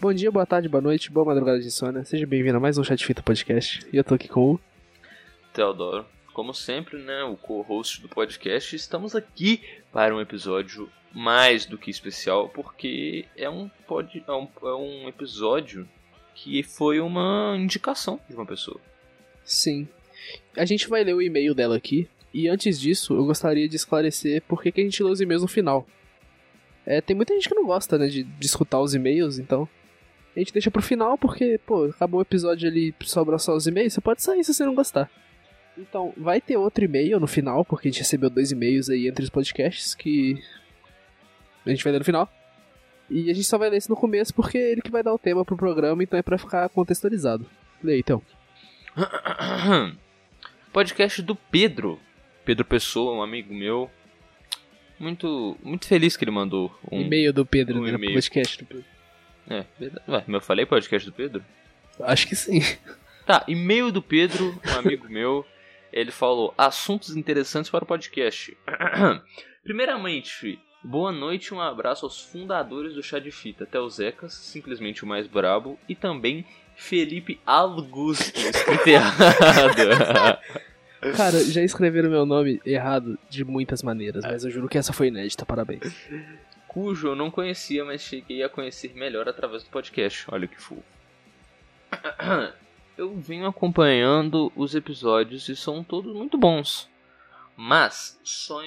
Bom dia, boa tarde, boa noite, boa madrugada de insônia. Seja bem-vindo a mais um Chat Fita Podcast. E eu tô aqui com o Teodoro. Como sempre, né, o co-host do podcast. Estamos aqui para um episódio mais do que especial, porque é um episódio que foi uma indicação de uma pessoa. Sim. A gente vai ler o e-mail dela aqui. E antes disso, eu gostaria de esclarecer por que a gente lê os e-mails no final. Tem muita gente que não gosta, né, de escutar os e-mails, então a gente deixa pro final porque, acabou o episódio ali, sobra só os e-mails, você pode sair se você não gostar. Então, vai ter outro e-mail no final, porque a gente recebeu 2 e-mails aí entre os podcasts que a gente vai ler no final. E a gente só vai ler esse no começo porque é ele que vai dar o tema pro programa, então é pra ficar contextualizado. Lê aí, então. Podcast do Pedro Pessoa, um amigo meu. Muito feliz que ele mandou um e-mail do Pedro, né? E-mail. Podcast do Pedro. Verdade. Ué, eu falei podcast do Pedro? Acho que sim. Tá, e-mail do Pedro, um amigo meu. Ele falou, assuntos interessantes para o podcast. Primeiramente, boa noite e um abraço aos fundadores do Chá de Fita. Theo Zecas, simplesmente o mais brabo. E também Felipe Augusto, escrito errado. Cara, já escreveram meu nome errado de muitas maneiras, mas eu juro que essa foi inédita, parabéns. Cujo eu não conhecia, mas cheguei a conhecer melhor através do podcast. Olha que fofo. Eu venho acompanhando os episódios e são todos muito bons. Mas só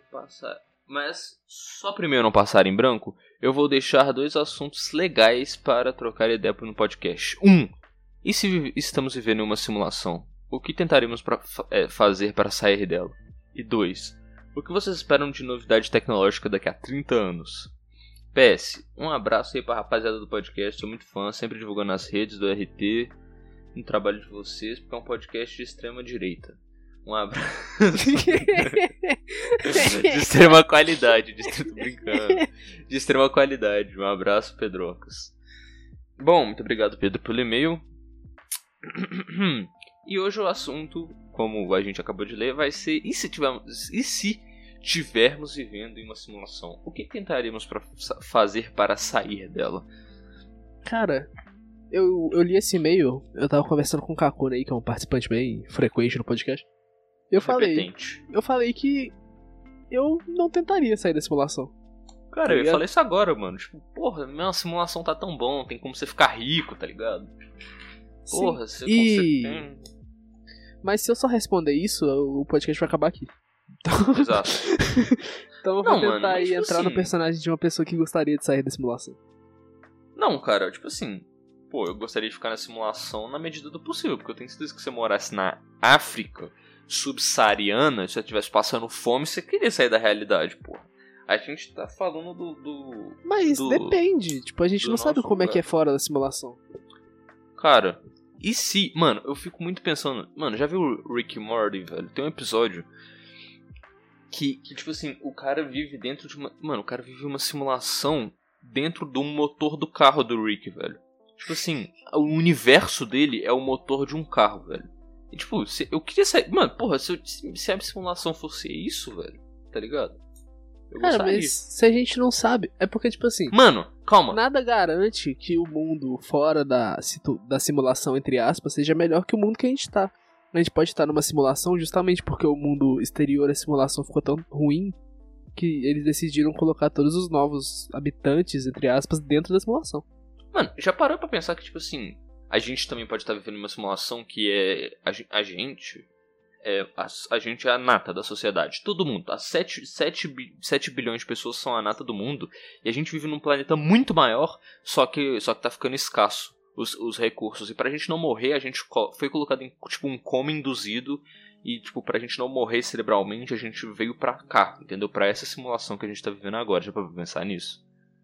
para e-mail não passar em branco, eu vou deixar 2 assuntos legais para trocar ideia no podcast. 1. E se estamos vivendo em uma simulação? O que tentaremos fazer para sair dela? E 2. O que vocês esperam de novidade tecnológica daqui a 30 anos? PS, um abraço aí para a rapaziada do podcast, sou muito fã, sempre divulgando nas redes do RT, no trabalho de vocês, porque é um podcast de extrema direita. Um abraço. De extrema qualidade, tô brincando. De extrema qualidade, um abraço, Pedrocas. Bom, muito obrigado, Pedro, pelo e-mail. E hoje o assunto, como a gente acabou de ler, vai ser e se tivermos vivendo em uma simulação? O que tentaremos fazer para sair dela? Cara, eu li esse e-mail, eu tava conversando com o Kakuna aí, que é um participante bem frequente no podcast. Eu falei que eu não tentaria sair da simulação. Cara, eu ia falar isso agora, mano. Tipo, porra, minha simulação tá tão bom, tem como você ficar rico, tá ligado? Porra, você consegue. Mas se eu só responder isso, o podcast vai acabar aqui. Então... Exato. Então eu vou tentar aí entrar no personagem de uma pessoa que gostaria de sair da simulação. Não, cara, tipo assim, eu gostaria de ficar na simulação na medida do possível, porque eu tenho certeza que se você morasse na África subsaariana, se você estivesse passando fome, você queria sair da realidade, porra. A gente tá falando do Mas depende, tipo, a gente não sabe como é que é fora da simulação. Cara, e se... Mano, eu fico muito pensando... Mano, já viu o Rick e Morty, velho? Tem um episódio que, tipo assim, o cara vive dentro de uma... Mano, o cara vive uma simulação dentro de um motor do carro do Rick, velho. Tipo assim, o universo dele é o motor de um carro, velho. E tipo, eu queria sair... Mano, porra, se a simulação fosse isso, velho, tá ligado? Cara, mas se a gente não sabe, é porque, tipo assim... Mano, calma. Nada garante que o mundo fora da simulação, entre aspas, seja melhor que o mundo que a gente tá. A gente pode estar numa simulação justamente porque o mundo exterior, a simulação ficou tão ruim que eles decidiram colocar todos os novos habitantes, entre aspas, dentro da simulação. Mano, já parou pra pensar que, tipo assim, a gente também pode estar vivendo uma simulação que é... A gente é a nata da sociedade. Todo mundo. As 7 bilhões de pessoas são a nata do mundo. E a gente vive num planeta muito maior, só que tá ficando escasso os recursos. E pra gente não morrer, a gente foi colocado em tipo um coma induzido. E tipo, pra gente não morrer cerebralmente, a gente veio pra cá, entendeu? Pra essa simulação que a gente tá vivendo agora. Já pra pensar nisso?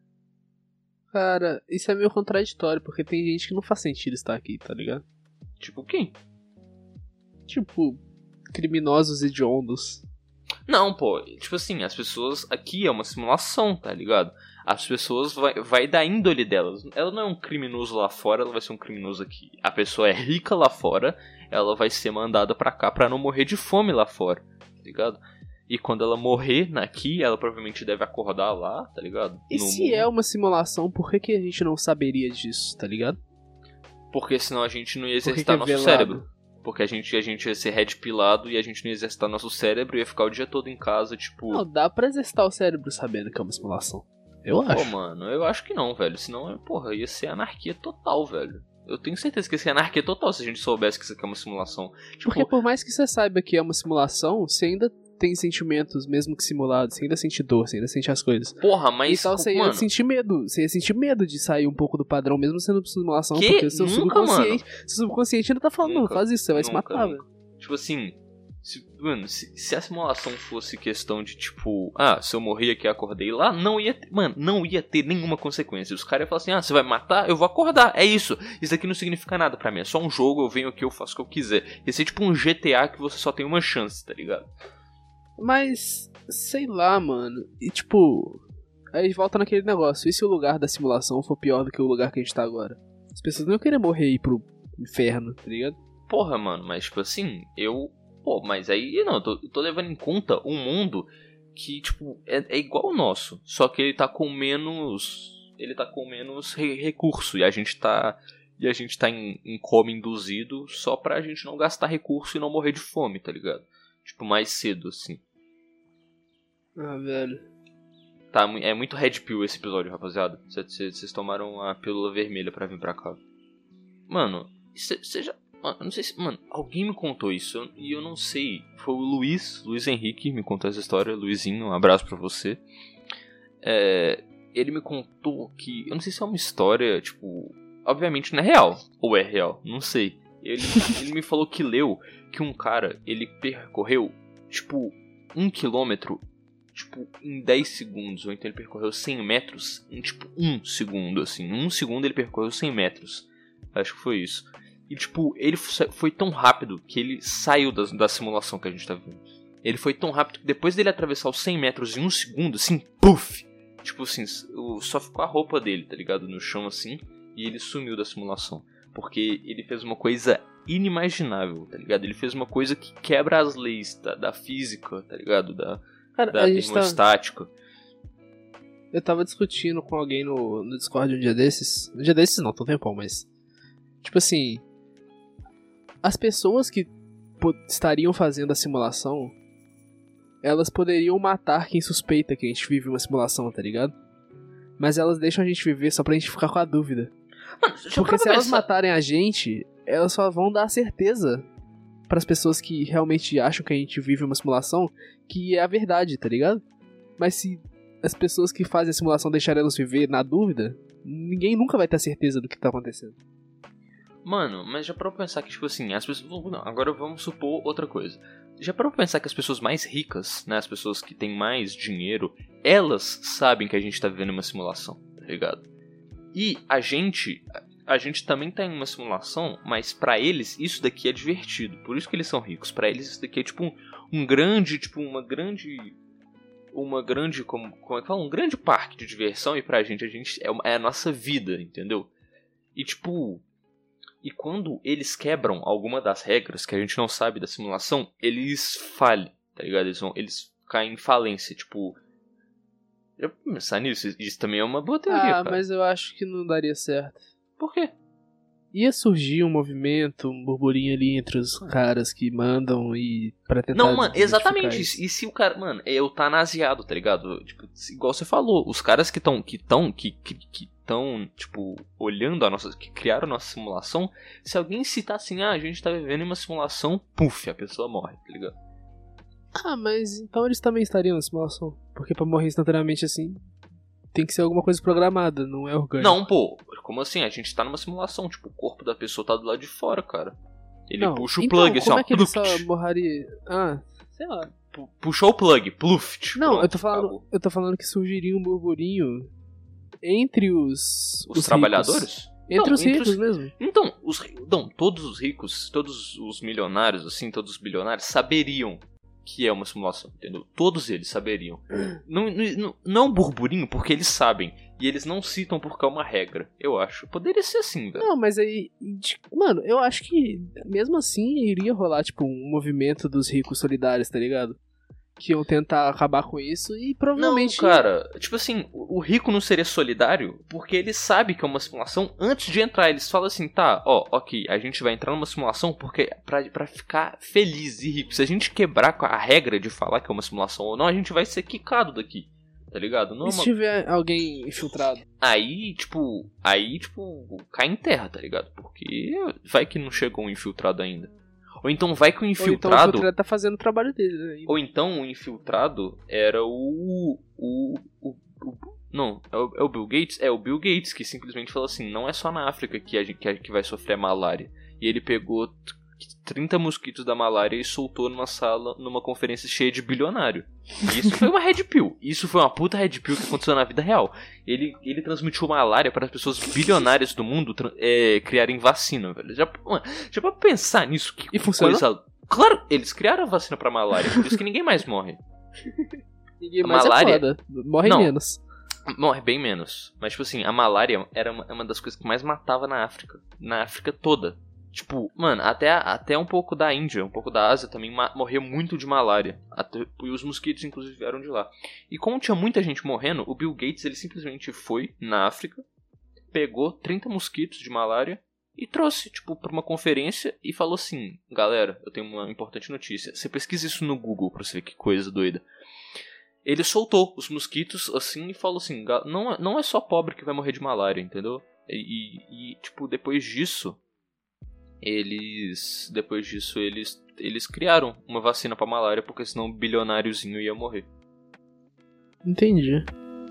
Cara, isso é meio contraditório, porque tem gente que não faz sentido estar aqui, tá ligado? Tipo quem? Tipo... criminosos hediondos. Não, tipo assim, as pessoas... Aqui é uma simulação, tá ligado? As pessoas vai da índole delas. Ela não é um criminoso lá fora, ela vai ser um criminoso aqui. A pessoa é rica lá fora, ela vai ser mandada pra cá pra não morrer de fome lá fora, tá ligado? E quando ela morrer aqui, ela provavelmente deve acordar lá, tá ligado? E No se mundo. é uma simulação, por que a gente não saberia disso, tá ligado? Porque senão a gente não ia Por que exercitar é nosso velado? cérebro. Porque a gente ia ser red pilado e a gente não ia exercitar nosso cérebro e ia ficar o dia todo em casa, tipo... Não, dá pra exercitar o cérebro sabendo que é uma simulação. Eu acho. Pô, mano, eu acho que não, velho. Senão, porra, ia ser anarquia total, velho. Eu tenho certeza que ia ser anarquia total se a gente soubesse que isso aqui é uma simulação. Tipo, Porque por mais que você saiba que é uma simulação, você ainda tem sentimentos, mesmo que simulados. Você ainda sente dor, você ainda sente as coisas. porra, mas... Então você ia mano, sentir medo. Você ia sentir medo de sair um pouco do padrão, mesmo sendo simulação. Que? Porque o seu Nunca, subconsciente, seu subconsciente ainda tá falando, não Nunca, faz isso, você vai se nunca, matar, nunca. velho. Tipo assim... Se a simulação fosse questão de, tipo... se eu morrer aqui e acordei lá, não ia ter nenhuma consequência. Os caras iam falar assim, você vai me matar? Eu vou acordar, é isso. Isso aqui não significa nada pra mim, é só um jogo, eu venho aqui, eu faço o que eu quiser. Ia ser tipo um GTA que você só tem uma chance, tá ligado? Mas, sei lá, mano. E tipo... Aí volta naquele negócio. E se o lugar da simulação for pior do que o lugar que a gente tá agora? As pessoas não iam querer morrer e ir pro inferno, tá ligado? Porra, mano, mas tipo assim, mas aí não, eu tô levando em conta um mundo que, tipo, é igual ao nosso. Só que ele tá com menos. Ele tá com menos recurso. E a gente tá em coma induzido só pra gente não gastar recurso e não morrer de fome, tá ligado? Tipo, mais cedo, assim. Ah, velho. Tá, é muito red pill esse episódio, rapaziada. Vocês tomaram a pílula vermelha pra vir pra cá. Mano, você já... Mano, eu não sei se... Mano, alguém me contou isso e eu não sei. Foi o Luiz Henrique me contou essa história. Luizinho, um abraço pra você. Ele me contou que... Eu não sei se é uma história, tipo... Obviamente não é real. Ou é real, não sei. Ele me falou que leu que um cara, ele percorreu, tipo, 1 quilômetro, tipo, em 10 segundos. Ou então ele percorreu 100 metros em, tipo, 1 segundo, assim. Em 1 segundo ele percorreu 100 metros. Acho que foi isso. E, tipo, ele foi tão rápido que ele saiu da simulação que a gente tá vendo. Ele foi tão rápido que depois dele atravessar os 100 metros em 1 segundo, assim, puff! Tipo assim, só ficou a roupa dele, tá ligado? No chão, assim, e ele sumiu da simulação. Porque ele fez uma coisa inimaginável, tá ligado? Ele fez uma coisa que quebra as leis da física, tá ligado? Da termostática. Eu tava discutindo com alguém no Discord um dia desses. Um dia desses não, tô um tempão, mas... Tipo assim... As pessoas que estariam fazendo a simulação, elas poderiam matar quem suspeita que a gente vive uma simulação, tá ligado? Mas elas deixam a gente viver só pra gente ficar com a dúvida. Mano, porque se elas matarem a gente, elas só vão dar certeza pras pessoas que realmente acham que a gente vive uma simulação, que é a verdade, tá ligado? Mas se as pessoas que fazem a simulação deixarem elas viver na dúvida, ninguém nunca vai ter certeza do que tá acontecendo. Mano, mas já parou pra pensar que, tipo assim, as pessoas... Não, agora vamos supor outra coisa. Já parou pra pensar que as pessoas mais ricas, né, as pessoas que têm mais dinheiro, elas sabem que a gente tá vivendo uma simulação, tá ligado? E a gente também tá em uma simulação, mas pra eles isso daqui é divertido. Por isso que eles são ricos. Pra eles isso daqui é tipo um grande parque de diversão. E pra gente é a nossa vida, entendeu? E tipo... E quando eles quebram alguma das regras que a gente não sabe da simulação, eles falham, tá ligado? Eles caem em falência, tipo... Já pensar nisso? Isso também é uma boa teoria, cara. Mas eu acho que não daria certo. Por quê? Ia surgir um movimento, um burburinho ali entre os caras que mandam e pra tentar... Não, mano, exatamente isso. E se o cara, mano, é eutanasiado, tá ligado? Tipo, igual você falou, os caras que estão, tipo, olhando que criaram a nossa simulação, se alguém citar assim, a gente tá vivendo em uma simulação, puf, a pessoa morre, tá ligado? Mas então eles também estariam na simulação. Porque pra morrer instantaneamente assim, tem que ser alguma coisa programada, não é orgânico. Não, pô, como assim? A gente tá numa simulação, tipo, o corpo da pessoa tá do lado de fora, cara. Ele puxa o plug, assim, como ó. É que ele só morreria? Sei lá. Puxou o plug, pluft. Não, pronto, eu tô falando que surgiria um burburinho entre os trabalhadores? Ricos. Entre os ricos mesmo. Então, todos os ricos, todos os milionários, assim, todos os bilionários saberiam que é uma simulação, entendeu? Todos eles saberiam. Não é um burburinho porque eles sabem. E eles não citam porque é uma regra, eu acho. Poderia ser assim, velho. Não, mas aí... Mano, eu acho que mesmo assim iria rolar, tipo, um movimento dos ricos solidários, tá ligado? que iam tentar acabar com isso e provavelmente... Não, cara, tipo assim, o rico não seria solidário porque ele sabe que é uma simulação antes de entrar. Eles falam assim, tá, ó, ok, a gente vai entrar numa simulação porque pra ficar feliz e rico. Se a gente quebrar a regra de falar que é uma simulação ou não, a gente vai ser quicado daqui, tá ligado? Não e se tiver alguém infiltrado? Aí, tipo, cai em terra, tá ligado? Porque vai que não chegou um infiltrado ainda. Ou então vai que o infiltrado... Ou então o infiltrado tá fazendo o trabalho dele ainda. Ou então o infiltrado era não, é o Bill Gates? É o Bill Gates que simplesmente falou assim, não é só na África que vai sofrer malária. E ele pegou 30 mosquitos da malária e soltou numa sala, numa conferência cheia de bilionário. E isso foi uma Red Pill. Isso foi uma puta Red Pill que aconteceu na vida real. Ele transmitiu malária para as pessoas bilionárias do mundo criarem vacina, velho. Já pra pensar nisso, que e funciona? Coisa... Claro, eles criaram a vacina pra malária, por isso que ninguém mais morre. Ninguém mais malária... é foda. Morre menos. Morre bem menos. Mas, tipo assim, a malária era uma das coisas que mais matava na África. Na África toda. Tipo, mano, até um pouco da Índia, um pouco da Ásia também morreu muito de malária. E os mosquitos, inclusive, vieram de lá. E como tinha muita gente morrendo, o Bill Gates, ele simplesmente foi na África, pegou 30 mosquitos de malária e trouxe, tipo, pra uma conferência e falou assim, galera, eu tenho uma importante notícia. Você pesquisa isso no Google pra você ver que coisa doida. Ele soltou os mosquitos, assim, e falou assim, não é só pobre que vai morrer de malária, entendeu? E tipo, depois disso... Eles criaram uma vacina pra malária, porque senão o bilionáriozinho ia morrer. Entendi.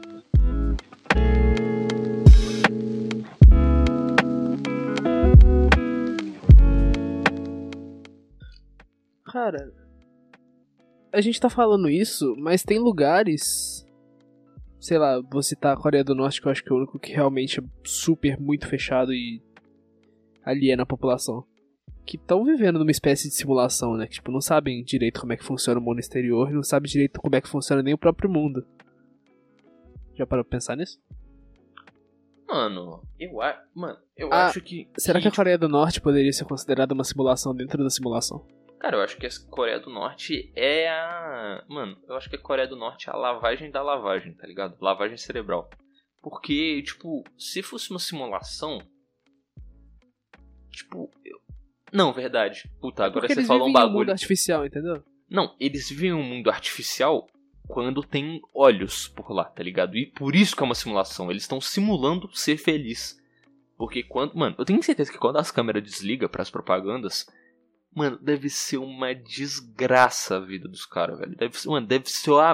Cara, a gente tá falando isso, mas tem lugares... Sei lá, vou citar a Coreia do Norte, que eu acho que é o único que realmente é super, muito fechado e... aliena a população, que estão vivendo numa espécie de simulação, né? Que, tipo, não sabem direito como é que funciona o mundo exterior, não sabem direito como é que funciona nem o próprio mundo. Já parou pra pensar nisso? Mano, eu acho que... Será que a Coreia do Norte poderia ser considerada uma simulação dentro da simulação? Cara, eu acho que a Coreia do Norte é a... Mano, eu acho que a Coreia do Norte é a lavagem da lavagem, tá ligado? Lavagem cerebral. Porque, tipo, se fosse uma simulação... Tipo, não, verdade. Puta, agora você falou um bagulho. Eles vivem um mundo artificial, entendeu? Não, eles vivem um mundo artificial quando tem olhos por lá, tá ligado? E por isso que é uma simulação. Eles estão simulando ser feliz. Porque quando... Mano, eu tenho certeza que quando as câmeras desligam pras propagandas... Mano, deve ser uma desgraça a vida dos caras, velho. Deve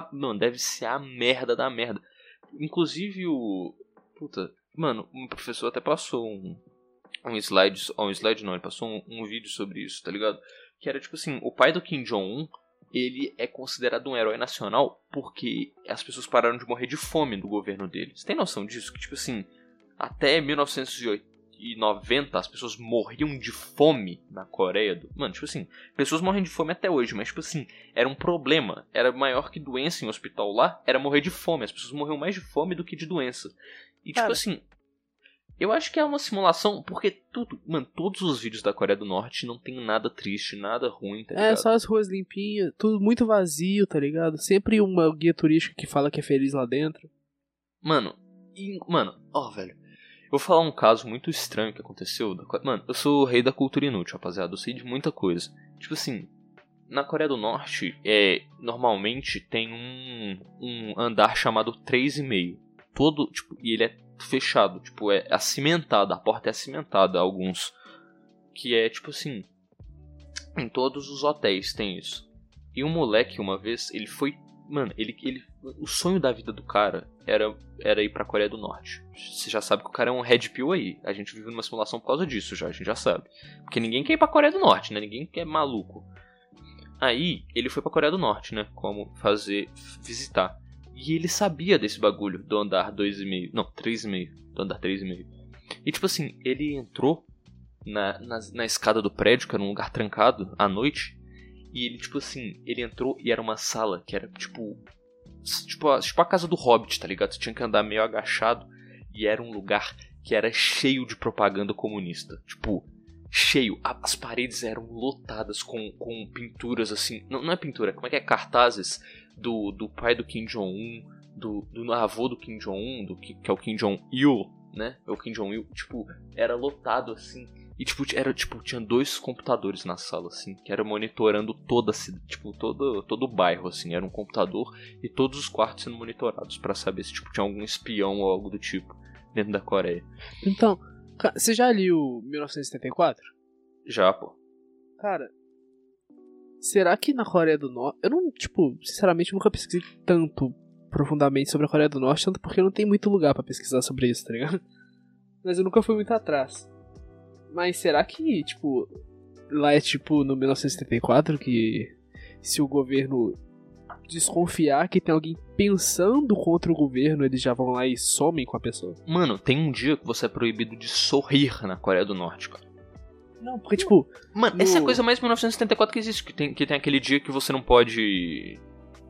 ser a merda da merda. Inclusive o... Puta, mano, um professor até passou um slide não, ele passou um vídeo sobre isso, tá ligado? Que era tipo assim, o pai do Kim Jong-un, ele é considerado um herói nacional porque as pessoas pararam de morrer de fome no governo dele. Você tem noção disso? Que tipo assim, até 1990 as pessoas morriam de fome na Coreia do... Mano, tipo assim, pessoas morrem de fome até hoje, mas tipo assim, era um problema, era maior que doença em hospital lá, era morrer de fome, as pessoas morriam mais de fome do que de doença. E tipo assim... Eu acho que é uma simulação, porque todos os vídeos da Coreia do Norte não tem nada triste, nada ruim, tá ligado? É, só as ruas limpinhas, tudo muito vazio, tá ligado? Sempre uma guia turística que fala que é feliz lá dentro. Mano, velho, eu vou falar um caso muito estranho que aconteceu. Mano, eu sou o rei da cultura inútil, rapaziada, eu sei de muita coisa. Tipo assim, na Coreia do Norte, normalmente tem um andar chamado 3,5. Todo, tipo, e ele é fechado, tipo, é acimentada, a porta é acimentada, alguns, que é tipo assim, em todos os hotéis tem isso. E um moleque uma vez, ele foi, mano, o sonho da vida do cara era ir pra Coreia do Norte. Você já sabe que o cara é um Red Pill aí, a gente vive numa simulação por causa disso já, a gente já sabe, porque ninguém quer ir pra Coreia do Norte, né, ninguém quer maluco. Aí, ele foi pra Coreia do Norte, né, como visitar. E ele sabia desse bagulho do andar 2,5. Não, 3,5. Do andar 3,5. E tipo assim, ele entrou na escada do prédio, que era um lugar trancado, à noite. E ele, tipo assim, ele entrou e era uma sala que era tipo a casa do Hobbit, tá ligado? Você tinha que andar meio agachado. E era um lugar que era cheio de propaganda comunista. Tipo, cheio. As paredes eram lotadas com pinturas assim. Não é pintura, como é que é? Cartazes do pai do Kim Jong-un, do avô do Kim Jong-un, que é o Kim Jong-il, né? É o Kim Jong-il. Tipo, era lotado assim. E tinha 2 computadores na sala, assim, que era monitorando toda a cidade, tipo, todo o bairro, assim, era um computador e todos os quartos sendo monitorados pra saber se, tipo, tinha algum espião ou algo do tipo dentro da Coreia. Então, você já leu 1974? Já, pô. Cara, será que na Coreia do Norte... Eu não, tipo, sinceramente nunca pesquisei tanto profundamente sobre a Coreia do Norte, tanto porque não tem muito lugar pra pesquisar sobre isso, tá ligado? Mas eu nunca fui muito atrás. Mas será que, tipo, lá é tipo no 1974 que se o governo desconfiar que tem alguém pensando contra o governo, eles já vão lá e somem com a pessoa? Mano, tem um dia que você é proibido de sorrir na Coreia do Norte, cara. Não, porque tipo... Mano, essa é a coisa mais 1974 que existe, que tem aquele dia que você não pode...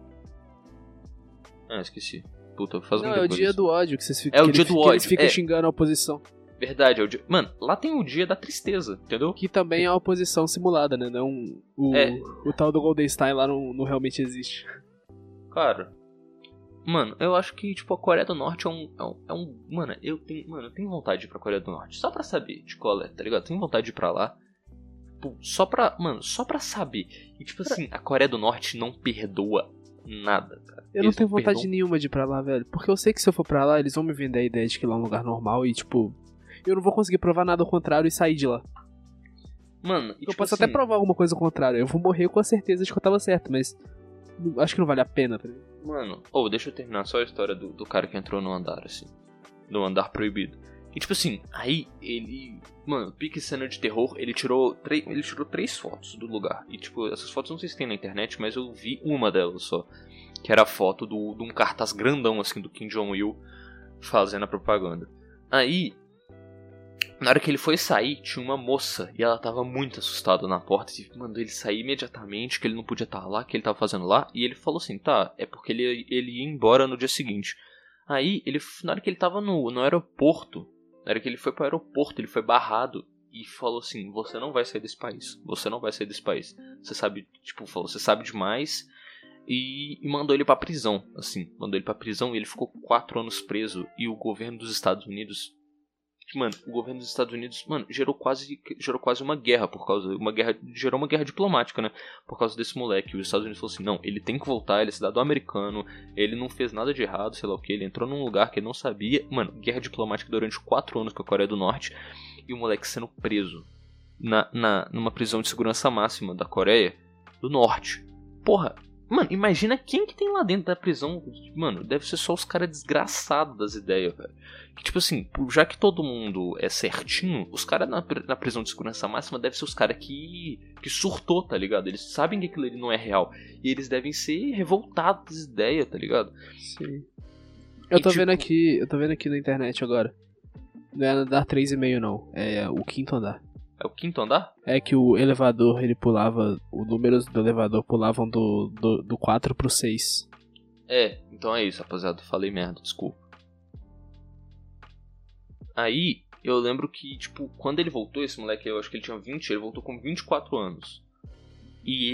Ah, esqueci. Puta, faz Não, muita é o coisa dia isso. do ódio que vocês ficam... É o dia do ódio, eles ficam é. xingando a oposição. Verdade, é o dia... Mano, lá tem o dia da tristeza, entendeu? Que também é a oposição simulada, né? Não o tal do Goldenstein lá não realmente existe. Cara, mano, eu acho que, tipo, a Coreia do Norte é um... Mano, eu tenho vontade de ir pra Coreia do Norte. Só pra saber de qual é, tá ligado? Tenho vontade de ir pra lá. Tipo, só pra saber. E, tipo assim, a Coreia do Norte não perdoa nada, cara. Eu não tenho vontade nenhuma de ir pra lá, velho. Porque eu sei que se eu for pra lá, eles vão me vender a ideia de que lá é um lugar normal e, tipo... Eu não vou conseguir provar nada ao contrário e sair de lá. Mano, eu posso até provar alguma coisa ao contrário. Eu vou morrer com a certeza de que eu tava certo, mas... Acho que não vale a pena, tá ligado? Mano, deixa eu terminar só a história do cara que entrou no andar, assim. No andar proibido. E tipo assim, aí ele... Mano, pique cena de terror, ele tirou 3 fotos do lugar. E tipo, essas fotos não sei se tem na internet, mas eu vi uma delas só. Que era a foto de um cartaz grandão, assim, do Kim Jong-il fazendo a propaganda. Aí... Na hora que ele foi sair, tinha uma moça e ela tava muito assustada na porta e mandou ele sair imediatamente, que ele não podia estar lá, que ele tava fazendo lá. E ele falou assim, tá, é porque ele ia embora no dia seguinte. Aí, na hora que ele tava no aeroporto, na hora que ele foi pro aeroporto, ele foi barrado e falou assim, você não vai sair desse país, você não vai sair desse país. Você sabe, tipo, falou, você sabe demais. E mandou ele pra prisão, assim, mandou ele pra prisão e ele ficou 4 anos preso. E o governo dos Estados Unidos... Mano, o governo dos Estados Unidos, mano, gerou quase uma guerra gerou uma guerra diplomática, né? Por causa desse moleque. Os Estados Unidos falaram assim, não, ele tem que voltar, ele é cidadão americano, ele não fez nada de errado, sei lá o que, ele entrou num lugar que ele não sabia. Mano, guerra diplomática durante 4 anos com a Coreia do Norte e o moleque sendo preso numa prisão de segurança máxima da Coreia do Norte. Porra, mano, imagina quem que tem lá dentro da prisão. Mano, deve ser só os caras desgraçados das ideias, velho. Que, tipo assim, já que todo mundo é certinho, os caras na prisão de segurança máxima devem ser os caras que surtou, tá ligado? Eles sabem que aquilo ali não é real. E eles devem ser revoltados das ideias, tá ligado? Sim. Eu tô vendo aqui na internet agora. Não é andar 3,5 não. É o 5º andar. É o 5º andar? É que o elevador, ele pulava... Os números do elevador pulavam do 4 pro 6. É, então é isso, rapaziada. Falei merda, desculpa. Aí, eu lembro que, tipo, quando ele voltou, esse moleque, eu acho que ele tinha 20, ele voltou com 24 anos. E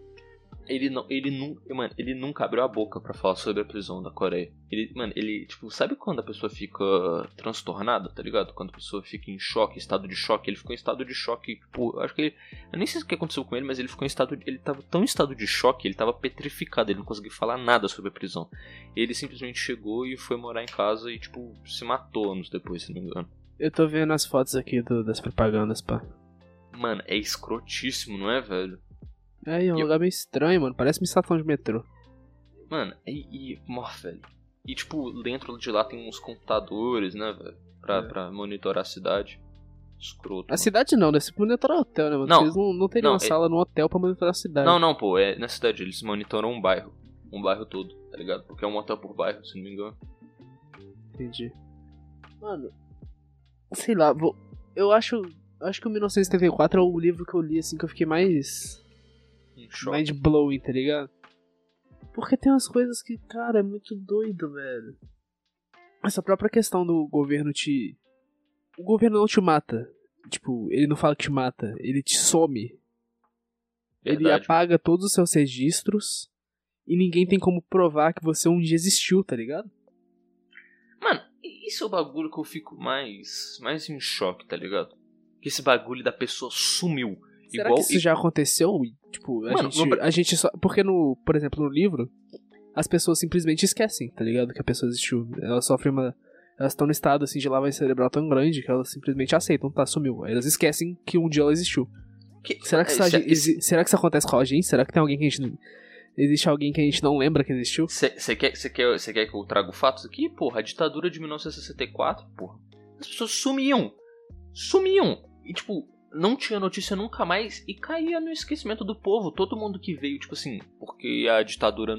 ele nunca abriu a boca pra falar sobre a prisão da Coreia. Ele, tipo, sabe quando a pessoa fica transtornada, tá ligado? Quando a pessoa fica em choque, estado de choque. Ele ficou em estado de choque, tipo, eu acho que eu nem sei o que aconteceu com ele, mas ele ficou ele tava tão em estado de choque, ele tava petrificado, ele não conseguia falar nada sobre a prisão. Ele simplesmente chegou e foi morar em casa e, tipo, se matou anos depois, se não me engano. Eu tô vendo as fotos aqui das propagandas, pá. Mano, é escrotíssimo, não é, velho? É um lugar meio estranho, mano. Parece uma estação de metrô. Mano, velho. E, tipo, dentro de lá tem uns computadores, né, velho? Pra monitorar a cidade. Escroto. A cidade não, deve ser pra monitorar o hotel, né, mano? Não, eles não teriam uma sala no hotel pra monitorar a cidade. Não, pô. É na cidade. Eles monitoram um bairro. Um bairro todo, tá ligado? Porque é um hotel por bairro, se não me engano. Entendi. Mano, sei lá, eu acho que o 1974 é o livro que eu li, assim, que eu fiquei mais... mind-blowing, tá ligado? Porque tem umas coisas que, cara, é muito doido, velho. Essa própria questão do governo O governo não te mata tipo, ele não fala que te mata, ele te some. Ele Verdade. apaga todos os seus registros e ninguém tem como provar que você um dia existiu, tá ligado? Mano, isso é o bagulho que eu fico mais em choque, tá ligado? Que esse bagulho da pessoa sumiu. Será que isso já aconteceu? Tipo, Mano, a gente só... Porque, por exemplo, no livro, as pessoas simplesmente esquecem, tá ligado? Que a pessoa existiu. Elas sofrem uma... Elas estão no estado, assim, de lavagem cerebral tão grande que elas simplesmente aceitam, tá, sumiu. Aí elas esquecem que um dia ela existiu. Será que isso acontece com a gente? Será que tem alguém que a gente... Existe alguém que a gente não lembra que existiu? Você quer que eu traga fatos aqui? Porra, a ditadura de 1964, porra. As pessoas sumiam. E, tipo, não tinha notícia nunca mais e caía no esquecimento do povo. Todo mundo que veio, tipo assim, porque a ditadura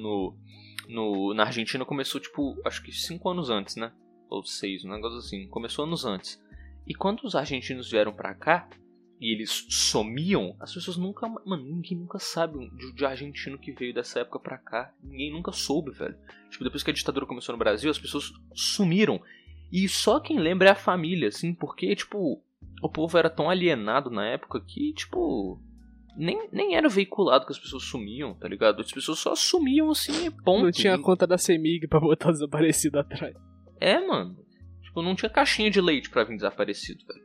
na Argentina começou, tipo, acho que 5 anos antes, né? Ou 6, um negócio assim. Começou anos antes. E quando os argentinos vieram pra cá e eles sumiam, as pessoas nunca... Mano, ninguém nunca sabe de argentino que veio dessa época pra cá. Ninguém nunca soube, velho. Tipo, depois que a ditadura começou no Brasil, as pessoas sumiram. E só quem lembra é a família, assim, porque, tipo, o povo era tão alienado na época que, tipo, nem era veiculado que as pessoas sumiam, tá ligado? As pessoas só sumiam, assim, e ponto. Não tinha conta da CEMIG pra botar desaparecido atrás. É, mano. Tipo, não tinha caixinha de leite pra vir desaparecido, velho.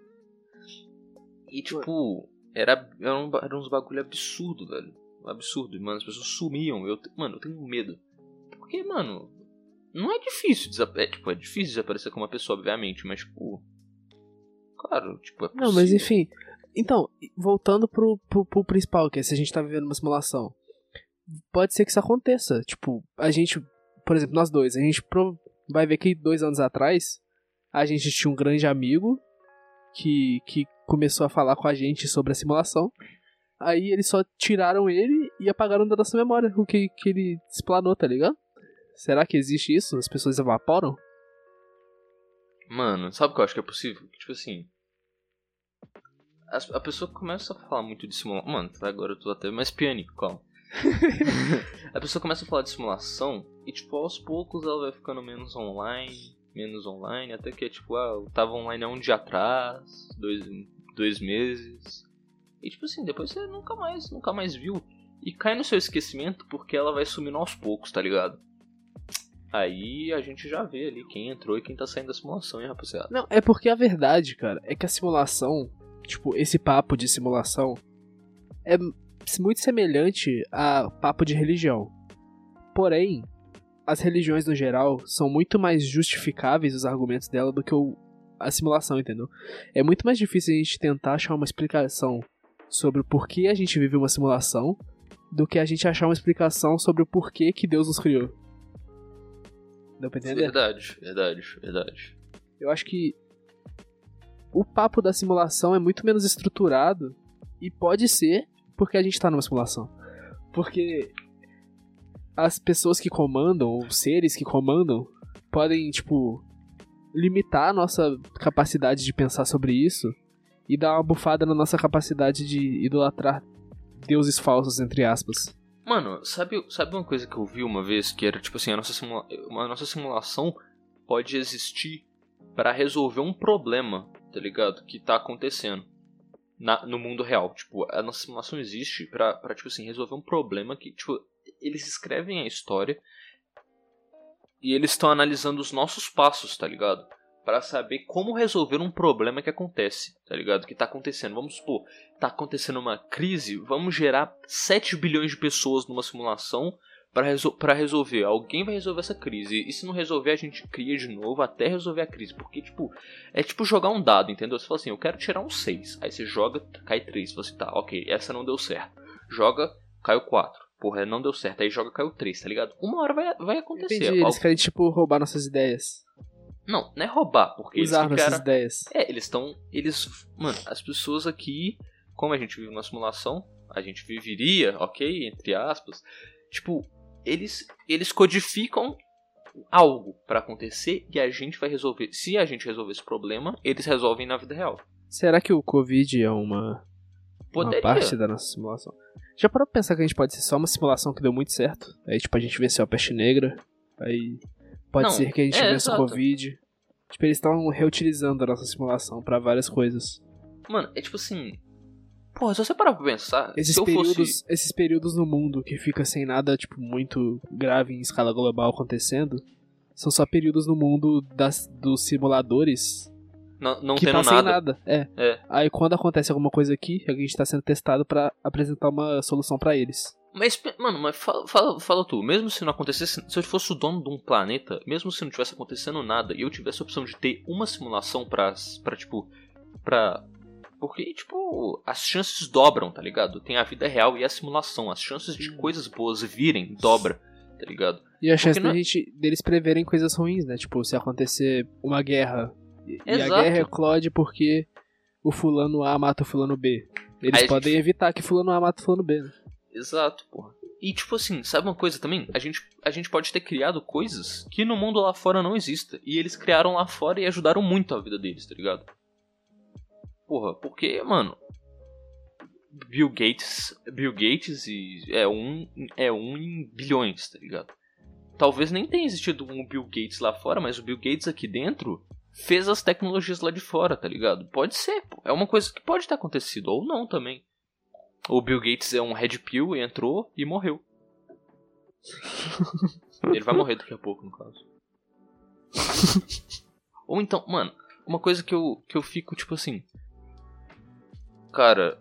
E, tipo, era uns bagulho absurdo, velho. Absurdo, mano. As pessoas sumiam. Mano, eu tenho medo. Porque, mano, não é difícil desaparecer. É difícil desaparecer com uma pessoa, obviamente. Mas, tipo, claro, tipo, é possível. Não, mas enfim. Então, voltando pro principal, que é se a gente tá vivendo uma simulação. Pode ser que isso aconteça. Tipo, a gente, por exemplo, nós dois, a gente vai ver que 2 anos atrás, a gente tinha um grande amigo que começou a falar com a gente sobre a simulação. Aí eles só tiraram ele e apagaram da nossa memória o que ele explanou, tá ligado? Será que existe isso? As pessoas evaporam? Mano, sabe o que eu acho que é possível? Tipo assim, a pessoa começa a falar muito de simulação. Mano, agora eu tô até mais piânico, calma. A pessoa começa a falar de simulação e, tipo, aos poucos ela vai ficando menos online, até que, tipo, eu tava online há um dia atrás, 2 meses. E, tipo assim, depois você nunca mais viu. E cai no seu esquecimento porque ela vai sumindo aos poucos, tá ligado? Aí a gente já vê ali quem entrou e quem tá saindo da simulação, hein, rapaziada? Não, é porque a verdade, cara, é que a simulação, tipo, esse papo de simulação é muito semelhante a papo de religião. Porém, as religiões no geral são muito mais justificáveis os argumentos dela do que a simulação, entendeu? É muito mais difícil a gente tentar achar uma explicação sobre o porquê a gente vive uma simulação do que a gente achar uma explicação sobre o porquê que Deus nos criou. Deu pra entender? Verdade. Eu acho que o papo da simulação é muito menos estruturado e pode ser porque a gente tá numa simulação. Porque as pessoas que comandam, ou seres que comandam, podem, tipo, limitar a nossa capacidade de pensar sobre isso e dar uma bufada na nossa capacidade de idolatrar deuses falsos, entre aspas. Mano, sabe uma coisa que eu vi uma vez? Que era, tipo assim, a nossa simulação pode existir pra resolver um problema, tá ligado? Que tá acontecendo no mundo real. Tipo, a nossa simulação existe pra, tipo assim, resolver um problema que, tipo, eles escrevem a história e eles estão analisando os nossos passos, tá ligado? Pra saber como resolver um problema que acontece, tá ligado? Que tá acontecendo. Vamos supor, tá acontecendo uma crise, vamos gerar 7 bilhões de pessoas numa simulação pra resolver. Alguém vai resolver essa crise. E se não resolver, a gente cria de novo até resolver a crise. Porque, tipo, é tipo jogar um dado, entendeu? Você fala assim, eu quero tirar um 6. Aí você joga, cai 3. Você tá, ok, essa não deu certo. Joga, caiu 4. Porra, não deu certo. Aí joga, caiu 3, tá ligado? Uma hora vai acontecer. Entendi, eles querem, tipo, roubar nossas ideias. Não é roubar, porque usar eles nossas ideias. Mano, as pessoas aqui, como a gente vive numa simulação, a gente viveria, ok, entre aspas, tipo, eles codificam algo pra acontecer e a gente vai resolver. Se a gente resolver esse problema, eles resolvem na vida real. Será que o Covid é uma parte da nossa simulação? Já parou pra pensar que a gente pode ser só uma simulação que deu muito certo? Aí, tipo, a gente venceu a peste negra, aí pode ser que a gente vença o Covid. Tipo, eles estão reutilizando a nossa simulação pra várias coisas. Mano, é tipo assim... Porra, se você parar pra pensar... Esses períodos no mundo que fica sem nada, tipo, muito grave em escala global acontecendo, são só períodos no mundo dos simuladores não que tendo tá sem nada. nada. Aí quando acontece alguma coisa aqui, a gente tá sendo testado pra apresentar uma solução pra eles. Mas, mano, fala tu. Mesmo se não acontecesse... Se eu fosse o dono de um planeta, mesmo se não tivesse acontecendo nada, e eu tivesse a opção de ter uma simulação pra tipo... Porque, tipo, as chances dobram, tá ligado? Tem a vida real e a simulação. As chances de coisas boas virem dobra, tá ligado? E a chance deles preverem coisas ruins, né? Tipo, se acontecer uma guerra... Exato. E a guerra eclode porque o fulano A mata o fulano B. Eles podem evitar que fulano A mata o fulano B, né? Exato, porra. E tipo assim, sabe uma coisa também? A gente pode ter criado coisas que no mundo lá fora não existem. E eles criaram lá fora e ajudaram muito a vida deles, tá ligado? Porra, porque, mano... Bill Gates é um em bilhões, tá ligado? Talvez nem tenha existido um Bill Gates lá fora, mas o Bill Gates aqui dentro fez as tecnologias lá de fora, tá ligado? Pode ser, pô. É uma coisa que pode ter acontecido, ou não também. O Bill Gates é um Red Pill, entrou e morreu. Ele vai morrer daqui a pouco, no caso. Ou então, mano, uma coisa que eu fico, tipo assim... Cara,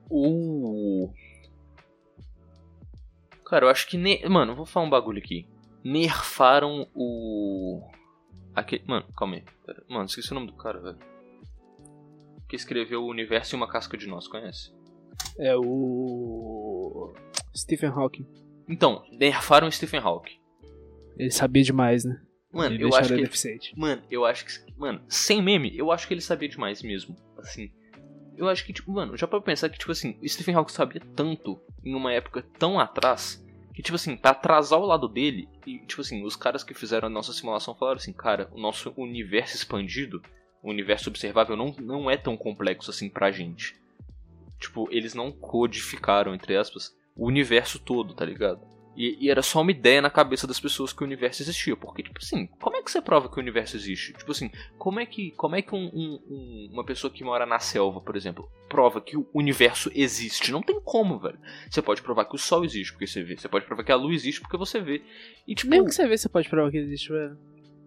Cara, eu acho que... Mano, eu vou falar um bagulho aqui. Nerfaram o... Mano, calma aí. Pera. Mano, esqueci o nome do cara, velho. Que escreveu O Universo e uma Casca de Nós, conhece? É o... Stephen Hawking. Então, nerfaram o Stephen Hawking. Ele sabia demais, né? Mano, eu acho que deficiente. Mano, eu acho que... Mano, sem meme, eu acho que ele sabia demais mesmo. Assim... Eu acho que, tipo, mano, já pode pensar que, tipo assim, o Stephen Hawking sabia tanto em uma época tão atrás que, tipo assim, pra atrasar o lado dele, e, tipo assim, os caras que fizeram a nossa simulação falaram assim, cara, o nosso universo expandido, o universo observável não é tão complexo assim pra gente. Tipo, eles não codificaram, entre aspas, o universo todo, tá ligado? E era só uma ideia na cabeça das pessoas que o universo existia. Porque, tipo assim, como é que você prova que o universo existe? Tipo assim, como é que uma pessoa que mora na selva, por exemplo, prova que o universo existe? Não tem como, velho. Você pode provar que o sol existe porque você vê. Você pode provar que a lua existe porque você vê. E, tipo... Nem o que você vê você pode provar que existe, velho.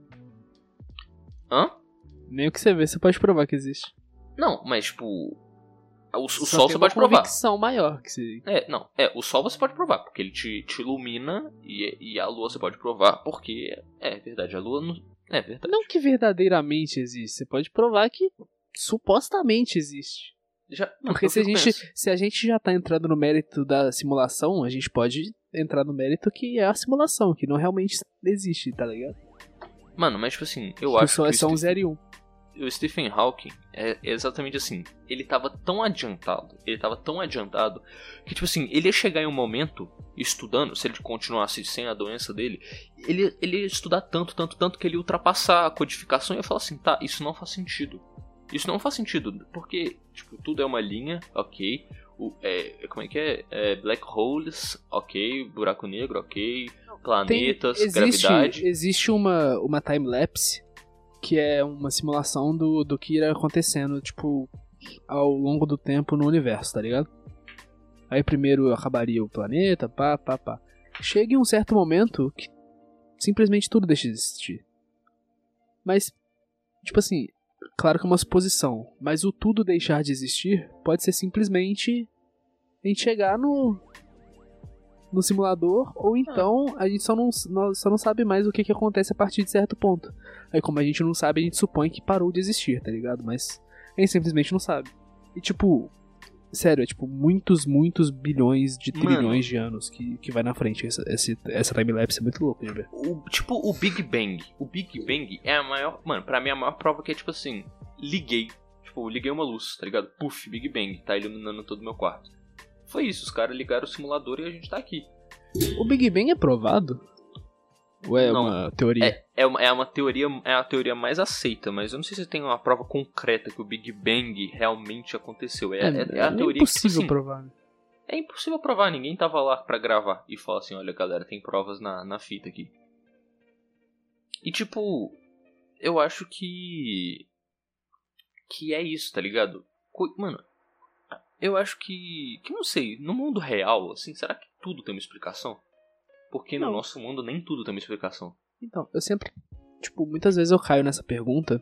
Hã? Nem o que você vê você pode provar que existe. Não, mas, tipo... O sol você pode provar. Uma convicção maior que você... o sol você pode provar, porque ele te ilumina, e a lua você pode provar, porque é verdade, a lua não... É verdade. Não que verdadeiramente existe, você pode provar que supostamente existe. Porque se a gente já tá entrando no mérito da simulação, a gente pode entrar no mérito que é a simulação, que não realmente existe, tá ligado? Mano, mas tipo assim, eu acho que... é só um 0 e 1. O Stephen Hawking é exatamente assim. Ele tava tão adiantado, que, tipo assim, ele ia chegar em um momento estudando, se ele continuasse sem a doença dele, ele ia estudar tanto que ele ia ultrapassar a codificação e ia falar assim, tá, isso não faz sentido. Isso não faz sentido, porque, tipo, tudo é uma linha, ok. Como é que é? Black holes, ok. Buraco negro, ok. Planetas, gravidade. Existe uma time-lapse que é uma simulação do que irá acontecendo, tipo, ao longo do tempo no universo, tá ligado? Aí primeiro acabaria o planeta, pá. Chega em um certo momento que simplesmente tudo deixa de existir. Mas, tipo assim, claro que é uma suposição, mas o tudo deixar de existir pode ser simplesmente a gente chegar no simulador, ou então a gente só não sabe mais o que acontece a partir de certo ponto. Aí como a gente não sabe, a gente supõe que parou de existir, tá ligado? Mas a gente simplesmente não sabe. E tipo, sério, é tipo muitos bilhões de trilhões de anos que vai na frente. Essa timelapse é muito louca de ver. O Big Bang. O Big Bang é a maior... Mano, pra mim a maior prova que é tipo assim, liguei uma luz, tá ligado? Puf, Big Bang, tá iluminando todo o meu quarto. Foi isso, os caras ligaram o simulador e a gente tá aqui. O Big Bang é provado? Ou é uma teoria? É uma teoria, é a teoria mais aceita, mas eu não sei se tem uma prova concreta que o Big Bang realmente aconteceu. É a teoria impossível que, tipo, provar. É impossível provar, ninguém tava lá pra gravar e falar assim, olha galera, tem provas na fita aqui. E tipo, eu acho que é isso, tá ligado? Mano, Eu acho que não sei, no mundo real, assim, será que tudo tem uma explicação? Porque no nosso mundo nem tudo tem uma explicação. Então, eu sempre, tipo, muitas vezes eu caio nessa pergunta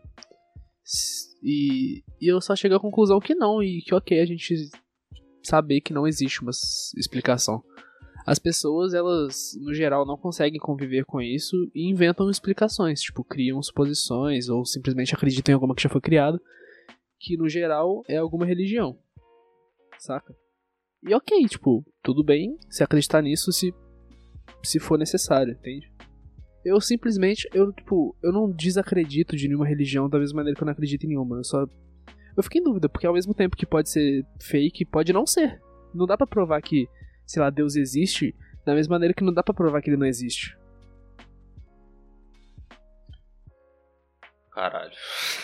e eu só chego à conclusão que não, e que ok, a gente saber que não existe uma explicação. As pessoas, elas, no geral, não conseguem conviver com isso e inventam explicações, tipo, criam suposições ou simplesmente acreditam em alguma que já foi criada, que no geral é alguma religião, saca? E ok, tipo, tudo bem se acreditar nisso se for necessário, entende? Eu simplesmente, eu não desacredito de nenhuma religião da mesma maneira que eu não acredito em nenhuma. Eu fico em dúvida, porque ao mesmo tempo que pode ser fake, pode não ser. Não dá pra provar que, sei lá, Deus existe da mesma maneira que não dá pra provar que ele não existe. Caralho.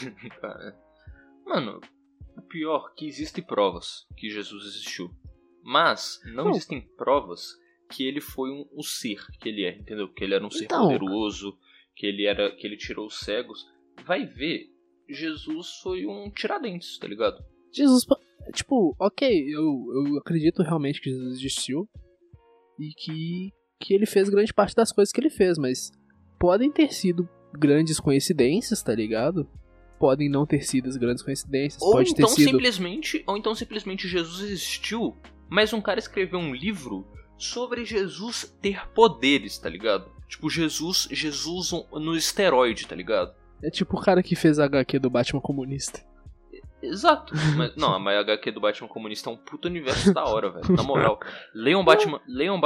Mano, o pior é que existem provas que Jesus existiu. Mas não existem provas que ele foi o ser que ele é, entendeu? Que ele era um ser poderoso, que ele tirou os cegos. Vai ver, Jesus foi um Tiradentes, tá ligado? Jesus, tipo, ok, eu acredito realmente que Jesus existiu e que ele fez grande parte das coisas que ele fez, mas podem ter sido grandes coincidências, tá ligado? Podem não ter sido as grandes coincidências, ou pode então ter sido... simplesmente Jesus existiu, mas um cara escreveu um livro sobre Jesus ter poderes, tá ligado? Tipo, Jesus no esteroide, tá ligado? É tipo o cara que fez a HQ do Batman comunista. Exato. Mas, não, a HQ do Batman comunista é um puto universo da hora, velho. Na moral, leiam Batman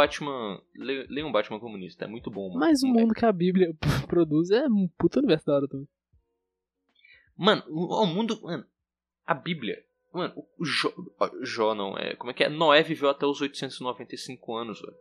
comunista, é muito bom, mano. Mas o mundo que a Bíblia produz é um puto universo da hora também. Mano, o mundo... Mano, a Bíblia... Mano, o Jó não é... Como é que é? Noé viveu até os 895 anos, velho.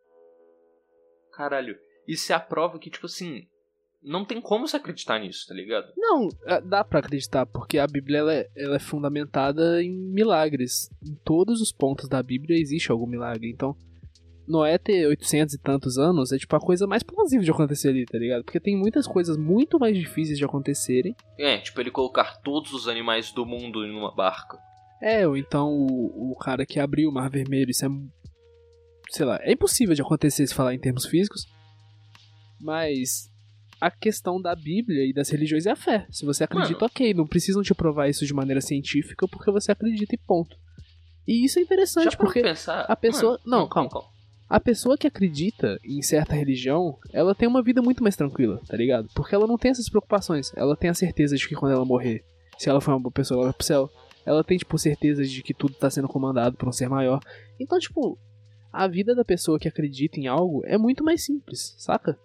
Caralho. Isso é a prova que, tipo assim... Não tem como se acreditar nisso, tá ligado? Não, dá pra acreditar, porque a Bíblia ela é fundamentada em milagres. Em todos os pontos da Bíblia existe algum milagre. Então, Noé ter 800 e tantos anos é tipo a coisa mais plausível de acontecer ali, tá ligado? Porque tem muitas coisas muito mais difíceis de acontecerem. É, tipo ele colocar todos os animais do mundo em uma barca. É, ou então o cara que abriu o Mar Vermelho, isso é... Sei lá, é impossível de acontecer se falar em termos físicos. Mas... A questão da Bíblia e das religiões é a fé. Se você acredita, mano, ok, não precisam te provar isso de maneira científica porque você acredita e ponto. E isso é interessante porque pensar, a pessoa... Mano, não, calma. A pessoa que acredita em certa religião, ela tem uma vida muito mais tranquila, tá ligado? Porque ela não tem essas preocupações. Ela tem a certeza de que quando ela morrer, se ela for uma boa pessoa, ela vai pro céu. Ela tem, tipo, certeza de que tudo tá sendo comandado por um ser maior. Então, tipo, a vida da pessoa que acredita em algo é muito mais simples, saca?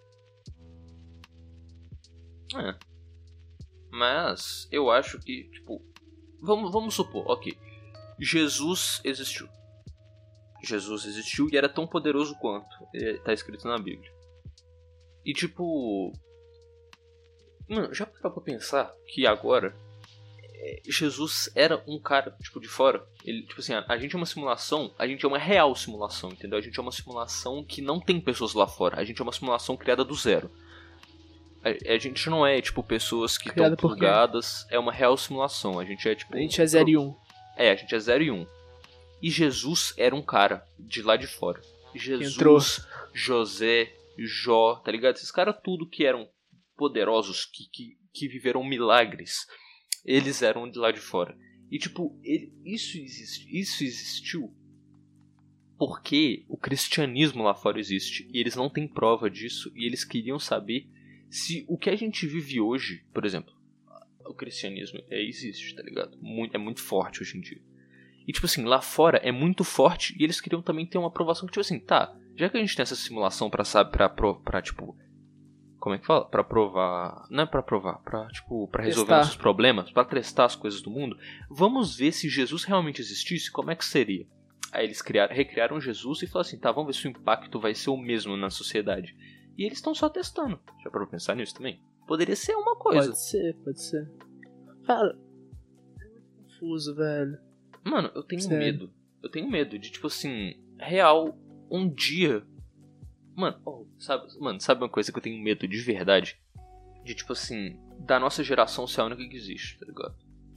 É. Mas eu acho que, tipo, vamos supor, ok, Jesus existiu e era tão poderoso quanto tá escrito na Bíblia. E tipo, mano, já parou pra pensar que agora Jesus era um cara, tipo, de fora? Ele, tipo assim, a gente é uma simulação, a gente é uma real simulação, entendeu? A gente é uma simulação que não tem pessoas lá fora, a gente é uma simulação criada do zero. A gente não é, tipo, pessoas que estão plugadas. É uma real simulação. A gente é, tipo... A gente é 0 e 1. É, a gente é 0 e 1. E Jesus era um cara de lá de fora. Jesus, entrou. José, Jó, tá ligado? Esses caras tudo que eram poderosos, que viveram milagres, eles eram de lá de fora. E, tipo, isso existiu porque o cristianismo lá fora existe. E eles não têm prova disso. E eles queriam saber... Se o que a gente vive hoje, por exemplo, o cristianismo existe, tá ligado? É muito forte hoje em dia. E tipo assim, lá fora é muito forte e eles queriam também ter uma aprovação que tipo assim, tá, já que a gente tem essa simulação pra tipo, como é que fala? Pra provar, não é pra provar, pra tipo, pra resolver nossos problemas, pra testar as coisas do mundo, vamos ver se Jesus realmente existisse, como é que seria? Aí eles recriaram Jesus e falaram assim, tá, vamos ver se o impacto vai ser o mesmo na sociedade. E eles estão só testando. Já parou pra pensar nisso também? Poderia ser uma coisa. Pode ser. Cara, é muito confuso, velho. Mano, eu tenho medo. Eu tenho medo de, tipo assim, real, um dia... Mano, sabe uma coisa que eu tenho medo de verdade? De, tipo assim, da nossa geração ser a única que existe, tá ligado?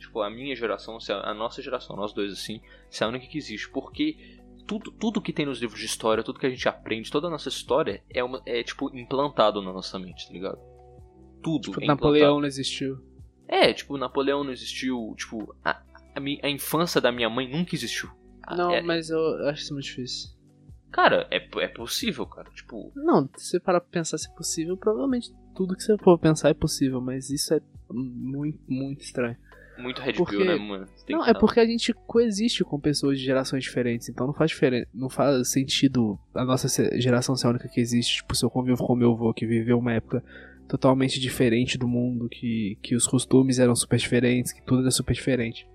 tipo, a minha geração, a nossa geração, nós dois assim, se é a única que existe. Porque tudo que tem nos livros de história, tudo que a gente aprende, toda a nossa história tipo, implantado na nossa mente, tá ligado? Tudo Tipo, é Napoleão não existiu. Tipo, Napoleão não existiu, tipo, a infância da minha mãe nunca existiu. Não, mas eu acho isso muito difícil. Cara, é possível, cara, tipo... Não, se você parar pra pensar se é possível, provavelmente tudo que você for pensar é possível, mas isso é muito, muito estranho. Muito Red Pill, né, mano? Não, é porque a gente coexiste com pessoas de gerações diferentes, então não faz diferença, não faz sentido a nossa geração ser a única que existe. Tipo, se eu convivo com meu avô que viveu uma época totalmente diferente do mundo, que os costumes eram super diferentes, que tudo era super diferente.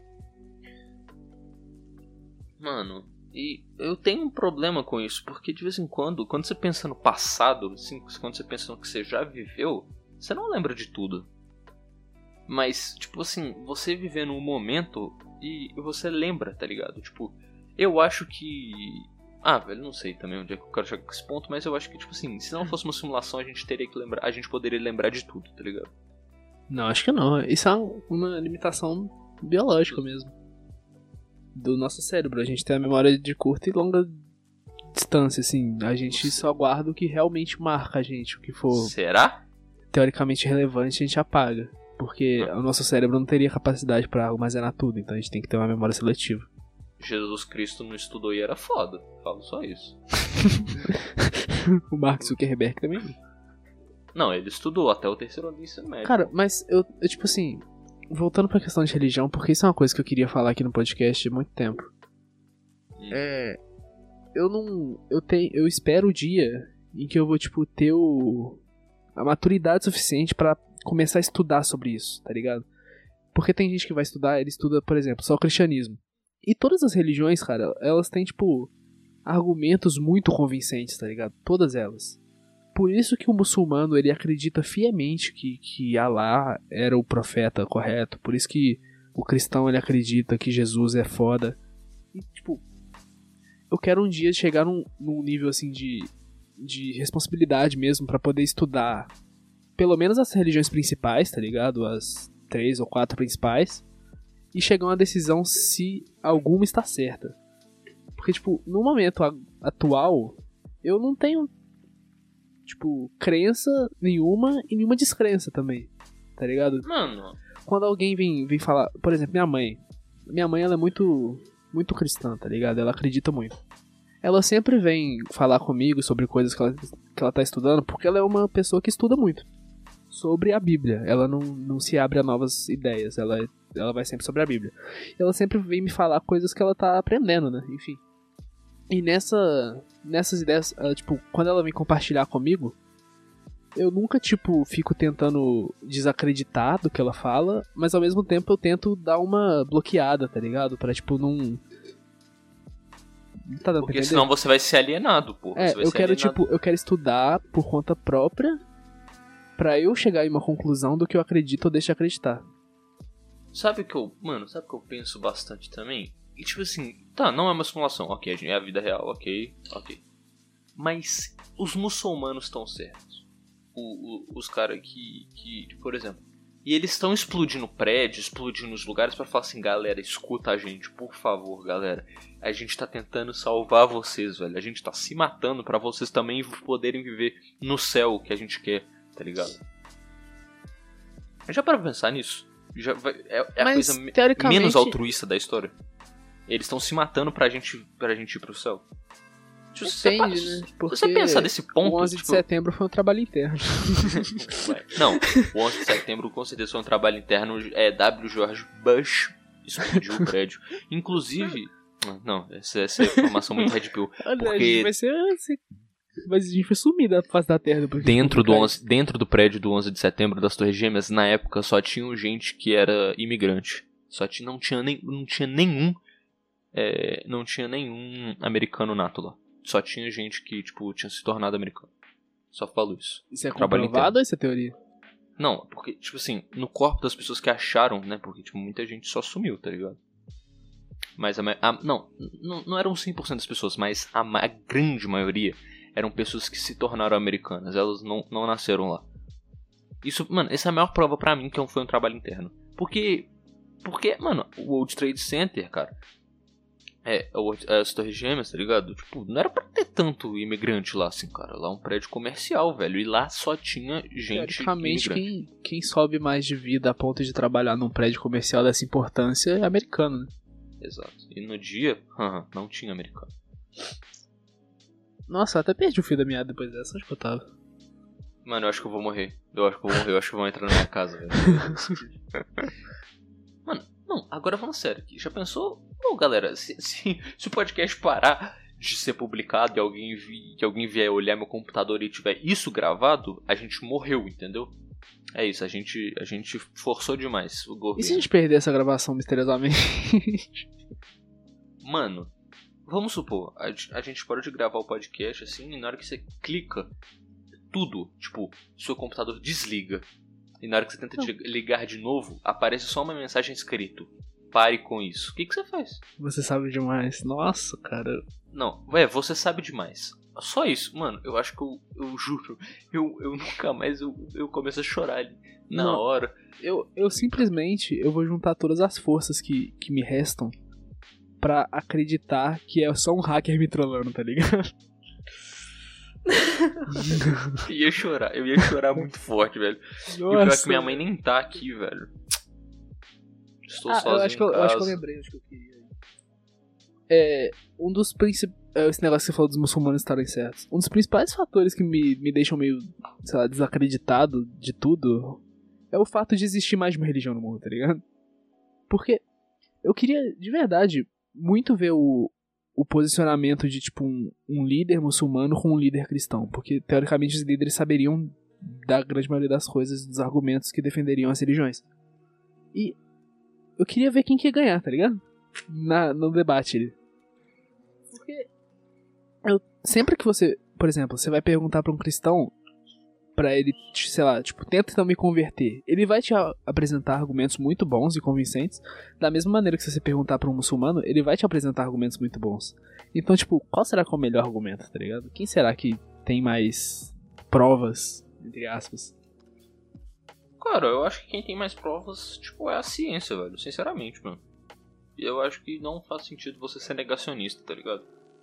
Mano, e eu tenho um problema com isso, porque de vez em quando você pensa no passado, assim, quando você pensa no que você já viveu, você não lembra de tudo. Mas, tipo assim, você vivendo um momento e você lembra, tá ligado? Tipo, eu acho que... velho, não sei também onde é que eu quero chegar com esse ponto, mas eu acho que, tipo assim, se não fosse uma simulação, a gente poderia lembrar de tudo, tá ligado? Não, acho que não. Isso é uma limitação biológica mesmo. Do nosso cérebro. A gente tem a memória de curta e longa distância, assim. A gente só guarda o que realmente marca a gente. O que for... Será? Teoricamente relevante, a gente apaga. Porque o nosso cérebro não teria capacidade pra armazenar tudo, então a gente tem que ter uma memória seletiva. Jesus Cristo não estudou e era foda. Falo só isso. O Mark Zuckerberg também. Não, ele estudou até o terceiro ano do ensino médio. Cara, mas eu tipo assim, voltando pra questão de religião, porque isso é uma coisa que eu queria falar aqui no podcast há muito tempo. Eu espero o dia em que eu vou, tipo, ter a maturidade suficiente pra começar a estudar sobre isso, tá ligado? Porque tem gente que vai estudar, ele estuda, por exemplo, só o cristianismo. E todas as religiões, cara, elas têm, tipo, argumentos muito convincentes, tá ligado? Todas elas. Por isso que o muçulmano, ele acredita fielmente que Allah era o profeta correto. Por isso que o cristão, ele acredita que Jesus é foda. E, tipo, eu quero um dia chegar num nível, assim, de responsabilidade mesmo pra poder estudar pelo menos as religiões principais, tá ligado? As 3 ou 4 principais. E chegar a uma decisão se alguma está certa. Porque, tipo, no momento atual, eu não tenho, tipo, crença nenhuma e nenhuma descrença também, tá ligado? Mano... Quando alguém vem falar... Por exemplo, minha mãe. Minha mãe, ela é muito, muito cristã, tá ligado? Ela acredita muito. Ela sempre vem falar comigo sobre coisas que ela tá estudando, porque ela é uma pessoa que estuda muito sobre a Bíblia. Ela não se abre a novas ideias. Ela vai sempre sobre a Bíblia. Ela sempre vem me falar coisas que ela tá aprendendo, né? Enfim. E nessas ideias, tipo, quando ela vem compartilhar comigo, eu nunca, tipo, fico tentando desacreditar do que ela fala, mas ao mesmo tempo eu tento dar uma bloqueada, tá ligado? Pra, tipo, não tá dando porque pra entender? senão você vai ser alienado, pô. Eu quero estudar por conta própria pra eu chegar em uma conclusão do que eu acredito ou deixo de acreditar. Sabe o que eu penso bastante também? E tipo assim, tá, não é uma simulação, ok, é a vida real, ok. Mas os muçulmanos estão certos. Os caras que, por exemplo, e eles estão explodindo prédios, explodindo os lugares pra falar assim, galera, escuta a gente, por favor, galera. A gente tá tentando salvar vocês, velho. A gente tá se matando pra vocês também poderem viver no céu que a gente quer, tá ligado? Já para pensar nisso? É a coisa menos altruísta da história. Eles estão se matando pra gente ir pro céu. Depende, né? Porque você pensar desse ponto... O 11 de setembro foi um trabalho interno. Não, o 11 de setembro com certeza foi um trabalho interno. W. George Bush explodiu o prédio. Inclusive... Não, essa é informação muito Red Pill. Porque... Mas a gente foi sumir da face da Terra. Dentro do prédio do 11 de setembro das Torres Gêmeas, na época, só tinha gente que era imigrante. Não tinha nenhum americano nato lá. Só tinha gente que, tipo, tinha se tornado americano. Só falo isso. Isso é comprovado ou isso é teoria? Não, porque, tipo assim, no corpo das pessoas que acharam, né? Porque, tipo, muita gente só sumiu, tá ligado? Mas não eram 100% das pessoas, mas a grande maioria eram pessoas que se tornaram americanas. Elas não nasceram lá. Isso, mano, essa é a maior prova pra mim que foi um trabalho interno. Porque Porque, mano, o World Trade Center, cara, as Torres Gêmeas, tá ligado? Tipo, não era pra ter tanto imigrante lá, assim, cara. Lá é um prédio comercial, velho. E lá só tinha gente Teoricamente, imigrante. quem sobe mais de vida a ponto de trabalhar num prédio comercial dessa importância é americano, né? Exato. E no dia, não tinha americano. Nossa, eu até perdi o fio da meada depois dessa, onde que eu tava? Mano, eu acho que eu vou morrer. Eu acho que vão entrar na minha casa, velho. Mano, não, agora falando sério aqui. Já pensou? Bom, galera, se o podcast parar de ser publicado e alguém vier olhar meu computador e tiver isso gravado, a gente morreu, entendeu? É isso, a gente forçou demais o governo. E se a gente perder essa gravação misteriosamente? Mano, vamos supor, a gente parou de gravar o podcast assim, e na hora que você clica, tudo, tipo, seu computador desliga. E na hora que você tenta ligar de novo, aparece só uma mensagem escrito: pare com isso. O que você faz? Você sabe demais. Nossa, cara. Não, você sabe demais. Só isso, mano. Eu acho que eu juro, eu nunca mais eu começo a chorar ali na hora. Eu simplesmente eu vou juntar todas as forças que me restam pra acreditar que é só um hacker me trollando, tá ligado? Eu ia chorar muito forte, velho. Nossa. E o pior é que minha mãe nem tá aqui, velho. Estou sozinho eu acho que eu lembrei, acho que eu queria. Um dos principais. Esse negócio que você falou dos muçulmanos estarem certos. Um dos principais fatores que me deixam meio, sei lá, desacreditado de tudo é o fato de existir mais de uma religião no mundo, tá ligado? Porque eu queria, de verdade, muito ver o posicionamento de, tipo, um líder muçulmano com um líder cristão. Porque, teoricamente, os líderes saberiam da grande maioria das coisas, dos argumentos que defenderiam as religiões. E eu queria ver quem que ia ganhar, tá ligado? No debate ali. Porque sempre que você, por exemplo, você vai perguntar pra um cristão, pra ele, sei lá, tipo, tenta então me converter, ele vai te apresentar argumentos muito bons e convincentes, da mesma maneira que se você perguntar pra um muçulmano, ele vai te apresentar argumentos muito bons. Então, tipo, qual será que é o melhor argumento, tá ligado? Quem será que tem mais provas, entre aspas? Cara, eu acho que quem tem mais provas, tipo, é a ciência, velho, sinceramente, mano. E eu acho que não faz sentido você ser negacionista, tá ligado?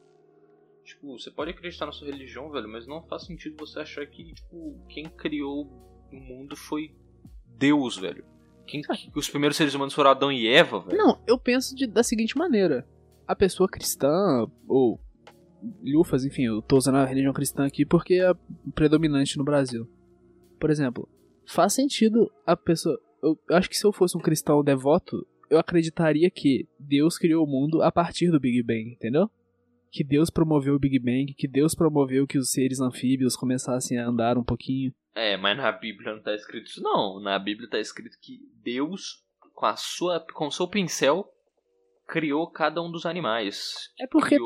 Tipo, você pode acreditar na sua religião, velho, mas não faz sentido você achar que, tipo, quem criou o mundo foi Deus, velho. Que os primeiros seres humanos foram Adão e Eva, velho. Não, eu penso da seguinte maneira. A pessoa cristã, ou lufas, enfim, eu tô usando a religião cristã aqui porque é predominante no Brasil. Por exemplo, faz sentido a pessoa... Eu acho que se eu fosse um cristão devoto, eu acreditaria que Deus criou o mundo a partir do Big Bang, entendeu? Que Deus promoveu o Big Bang, que Deus promoveu que os seres anfíbios começassem a andar um pouquinho. Mas na Bíblia não tá escrito isso, não. Na Bíblia tá escrito que Deus, com o seu pincel, criou cada um dos animais. É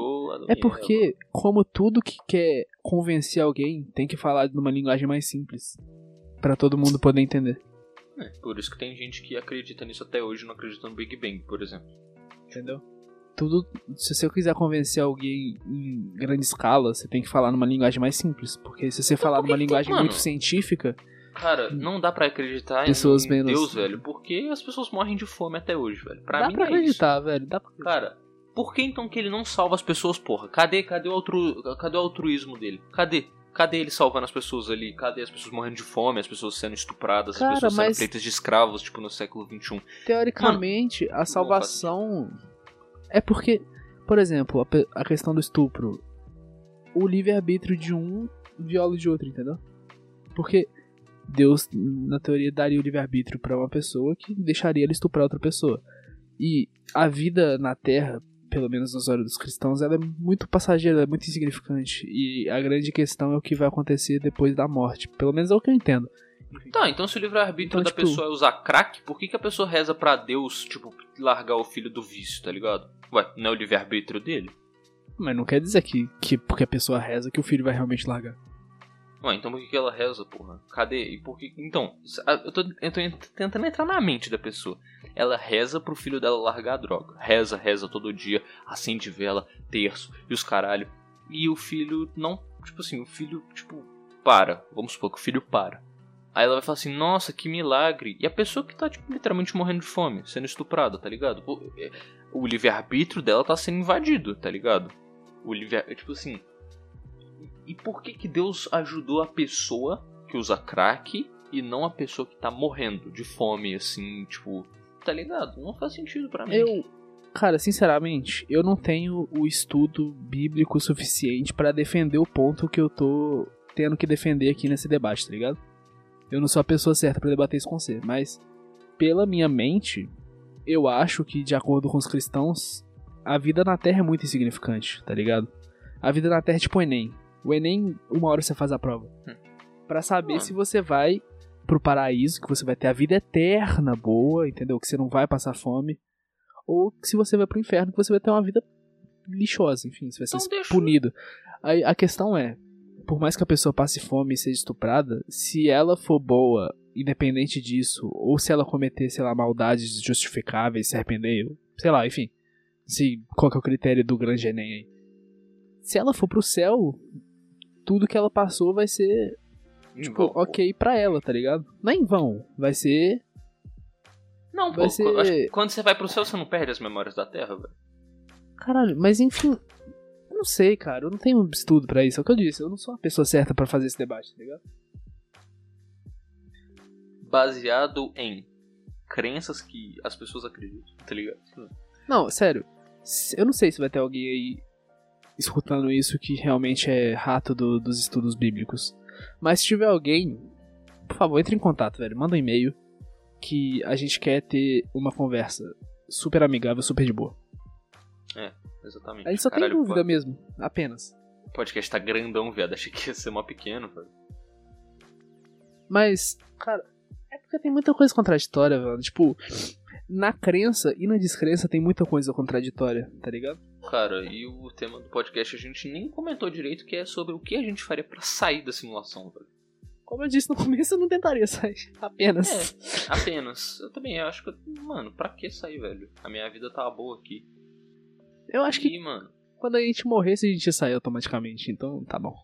porque como tudo que quer convencer alguém, tem que falar numa linguagem mais simples, pra todo mundo poder entender. Por isso que tem gente que acredita nisso até hoje e não acredita no Big Bang, por exemplo. Entendeu? Tudo, se você quiser convencer alguém em grande escala, você tem que falar numa linguagem mais simples. Porque se você falar numa linguagem muito científica... Cara, não dá pra acreditar em Deus, velho, porque as pessoas morrem de fome até hoje, velho. Pra mim dá pra acreditar, velho. Cara, por que então que ele não salva as pessoas, porra? Cadê o altruísmo dele? Cadê ele salvando as pessoas ali? Cadê as pessoas morrendo de fome, as pessoas sendo estupradas, as pessoas sendo feitas de escravos, tipo, no século XXI? Teoricamente, a salvação... É porque, por exemplo, a questão do estupro. O livre-arbítrio de um viola o de outro, entendeu? Porque Deus, na teoria, daria o livre-arbítrio pra uma pessoa que deixaria ele estuprar outra pessoa. E a vida na Terra, pelo menos nos olhos dos cristãos, ela é muito passageira, ela é muito insignificante. E a grande questão é o que vai acontecer depois da morte. Pelo menos é o que eu entendo. Tá, então se o livre-arbítrio da pessoa é usar crack, por que a pessoa reza pra Deus, tipo, largar o filho do vício, tá ligado? Ué, não é o livre-arbítrio dele? Mas não quer dizer que porque a pessoa reza que o filho vai realmente largar. Ué, então por que ela reza, porra? Cadê? E por que... Então, eu tô tentando entrar na mente da pessoa. Ela reza pro filho dela largar a droga. Reza todo dia, acende vela, terço e os caralho. E o filho não... Tipo assim, o filho, tipo, para. Vamos supor que o filho para. Aí ela vai falar assim, nossa, que milagre. E a pessoa que tá, tipo, literalmente morrendo de fome, sendo estuprada, tá ligado? O livre-arbítrio dela tá sendo invadido, tá ligado? Tipo assim... E por que Deus ajudou a pessoa que usa crack e não a pessoa que tá morrendo de fome, assim, tipo... Tá ligado? Não faz sentido pra mim. Cara, sinceramente, eu não tenho o estudo bíblico suficiente pra defender o ponto que eu tô tendo que defender aqui nesse debate, tá ligado? Eu não sou a pessoa certa pra debater isso com você, mas pela minha mente, eu acho que, de acordo com os cristãos, a vida na Terra é muito insignificante, tá ligado? A vida na Terra é tipo o Enem. O Enem, uma hora você faz a prova. Pra saber se você vai pro paraíso, que você vai ter a vida eterna boa, entendeu? Que você não vai passar fome. Ou se você vai pro inferno, que você vai ter uma vida lixosa, enfim, você vai ser punido. Aí a questão é, por mais que a pessoa passe fome e seja estuprada, se ela for boa, independente disso, ou se ela cometer, sei lá, maldades justificáveis, se arrepender, sei lá, enfim, qual que é o critério do grande Enem aí? Se ela for pro céu, tudo que ela passou vai ser, tipo, ok pra ela, tá ligado? Não é em vão, vai ser... Não, pô, acho que quando você vai pro céu, você não perde as memórias da Terra, velho. Caralho, mas enfim, eu não sei, cara, eu não tenho estudo pra isso, é o que eu disse, eu não sou a pessoa certa pra fazer esse debate, tá ligado? Baseado em crenças que as pessoas acreditam, tá ligado? Não, sério, eu não sei se vai ter alguém aí escutando isso que realmente é rato dos estudos bíblicos, mas se tiver alguém, por favor, entre em contato, velho, manda um e-mail que a gente quer ter uma conversa super amigável, super de boa. É, exatamente. A gente só tem dúvida mesmo, apenas. O podcast tá grandão, viado. Achei que ia ser mó pequeno, velho. Mas, cara, é porque tem muita coisa contraditória, velho. Tipo, na crença e na descrença tem muita coisa contraditória, tá ligado? Cara, e o tema do podcast a gente nem comentou direito, que é sobre o que a gente faria pra sair da simulação, velho. Como eu disse no começo, eu não tentaria sair. Apenas. Apenas. Eu também acho que... Mano, pra que sair, velho? A minha vida tá boa aqui. Eu acho que mano, quando a gente morresse, a gente ia sair automaticamente. Então, tá bom.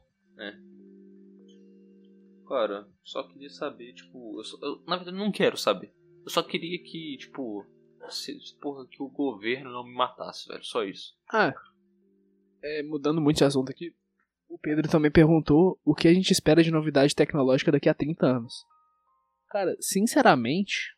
Cara, só queria saber, tipo... Eu, na verdade, não quero saber. Eu só queria que, tipo... que o governo não me matasse, velho. Só isso. Mudando muito de assunto aqui. O Pedro também perguntou o que a gente espera de novidade tecnológica daqui a 30 anos. Cara, sinceramente,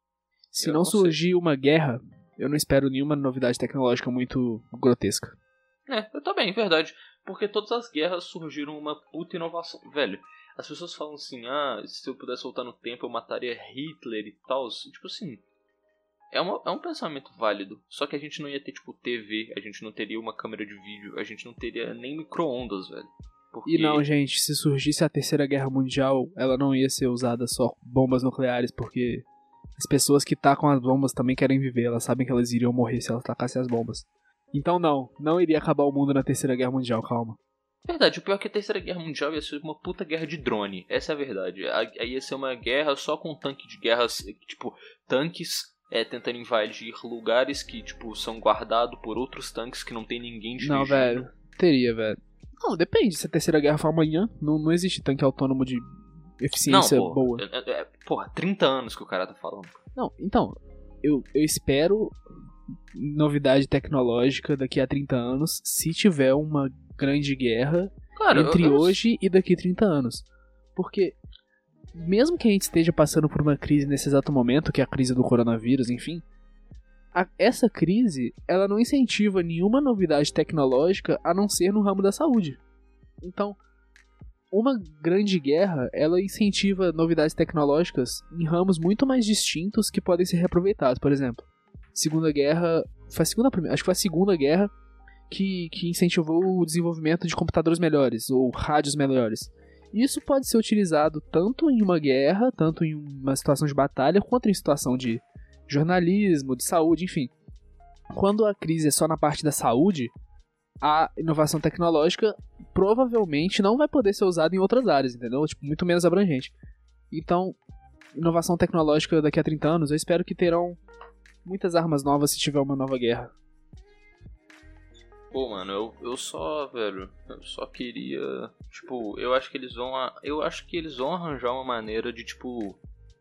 se não surgir uma guerra, eu não espero nenhuma novidade tecnológica muito grotesca. Eu também, verdade. Porque todas as guerras surgiram uma puta inovação. Velho, as pessoas falam assim, se eu pudesse voltar no tempo eu mataria Hitler e tal. Tipo assim, é um pensamento válido. Só que a gente não ia ter, tipo, TV, a gente não teria uma câmera de vídeo, a gente não teria nem micro-ondas, velho. Porque... E não, gente, se surgisse a Terceira Guerra Mundial, ela não ia ser usada só bombas nucleares, porque as pessoas que tacam as bombas também querem viver, elas sabem que elas iriam morrer se elas tacassem as bombas. Então não iria acabar o mundo na Terceira Guerra Mundial, calma. Verdade, o pior é que a Terceira Guerra Mundial ia ser uma puta guerra de drone, essa é a verdade. Aí ia ser uma guerra só com tanque de guerra, tipo, tanques... tentando invadir lugares que, tipo, são guardados por outros tanques que não tem ninguém dirigindo. Não, velho. Teria, velho. Não, depende. Se a Terceira Guerra for amanhã, não existe tanque autônomo de eficiência boa. Porra, 30 anos que o cara tá falando. Não, então, eu espero novidade tecnológica daqui a 30 anos, se tiver uma grande guerra entre hoje e daqui a 30 anos. Porque... mesmo que a gente esteja passando por uma crise nesse exato momento, que é a crise do coronavírus, enfim, essa crise, ela não incentiva nenhuma novidade tecnológica a não ser no ramo da saúde. Então, uma grande guerra, ela incentiva novidades tecnológicas em ramos muito mais distintos que podem ser reaproveitados. Por exemplo, Segunda Guerra, acho que foi a Segunda Guerra que incentivou o desenvolvimento de computadores melhores, ou rádios melhores. Isso pode ser utilizado tanto em uma guerra, tanto em uma situação de batalha, quanto em situação de jornalismo, de saúde, enfim. Quando a crise é só na parte da saúde, a inovação tecnológica provavelmente não vai poder ser usada em outras áreas, entendeu? Tipo, muito menos abrangente. Então, inovação tecnológica daqui a 30 anos, eu espero que terão muitas armas novas se tiver uma nova guerra. Pô, mano, eu só, velho, eu só queria, tipo, eu acho que eles vão arranjar uma maneira de, tipo,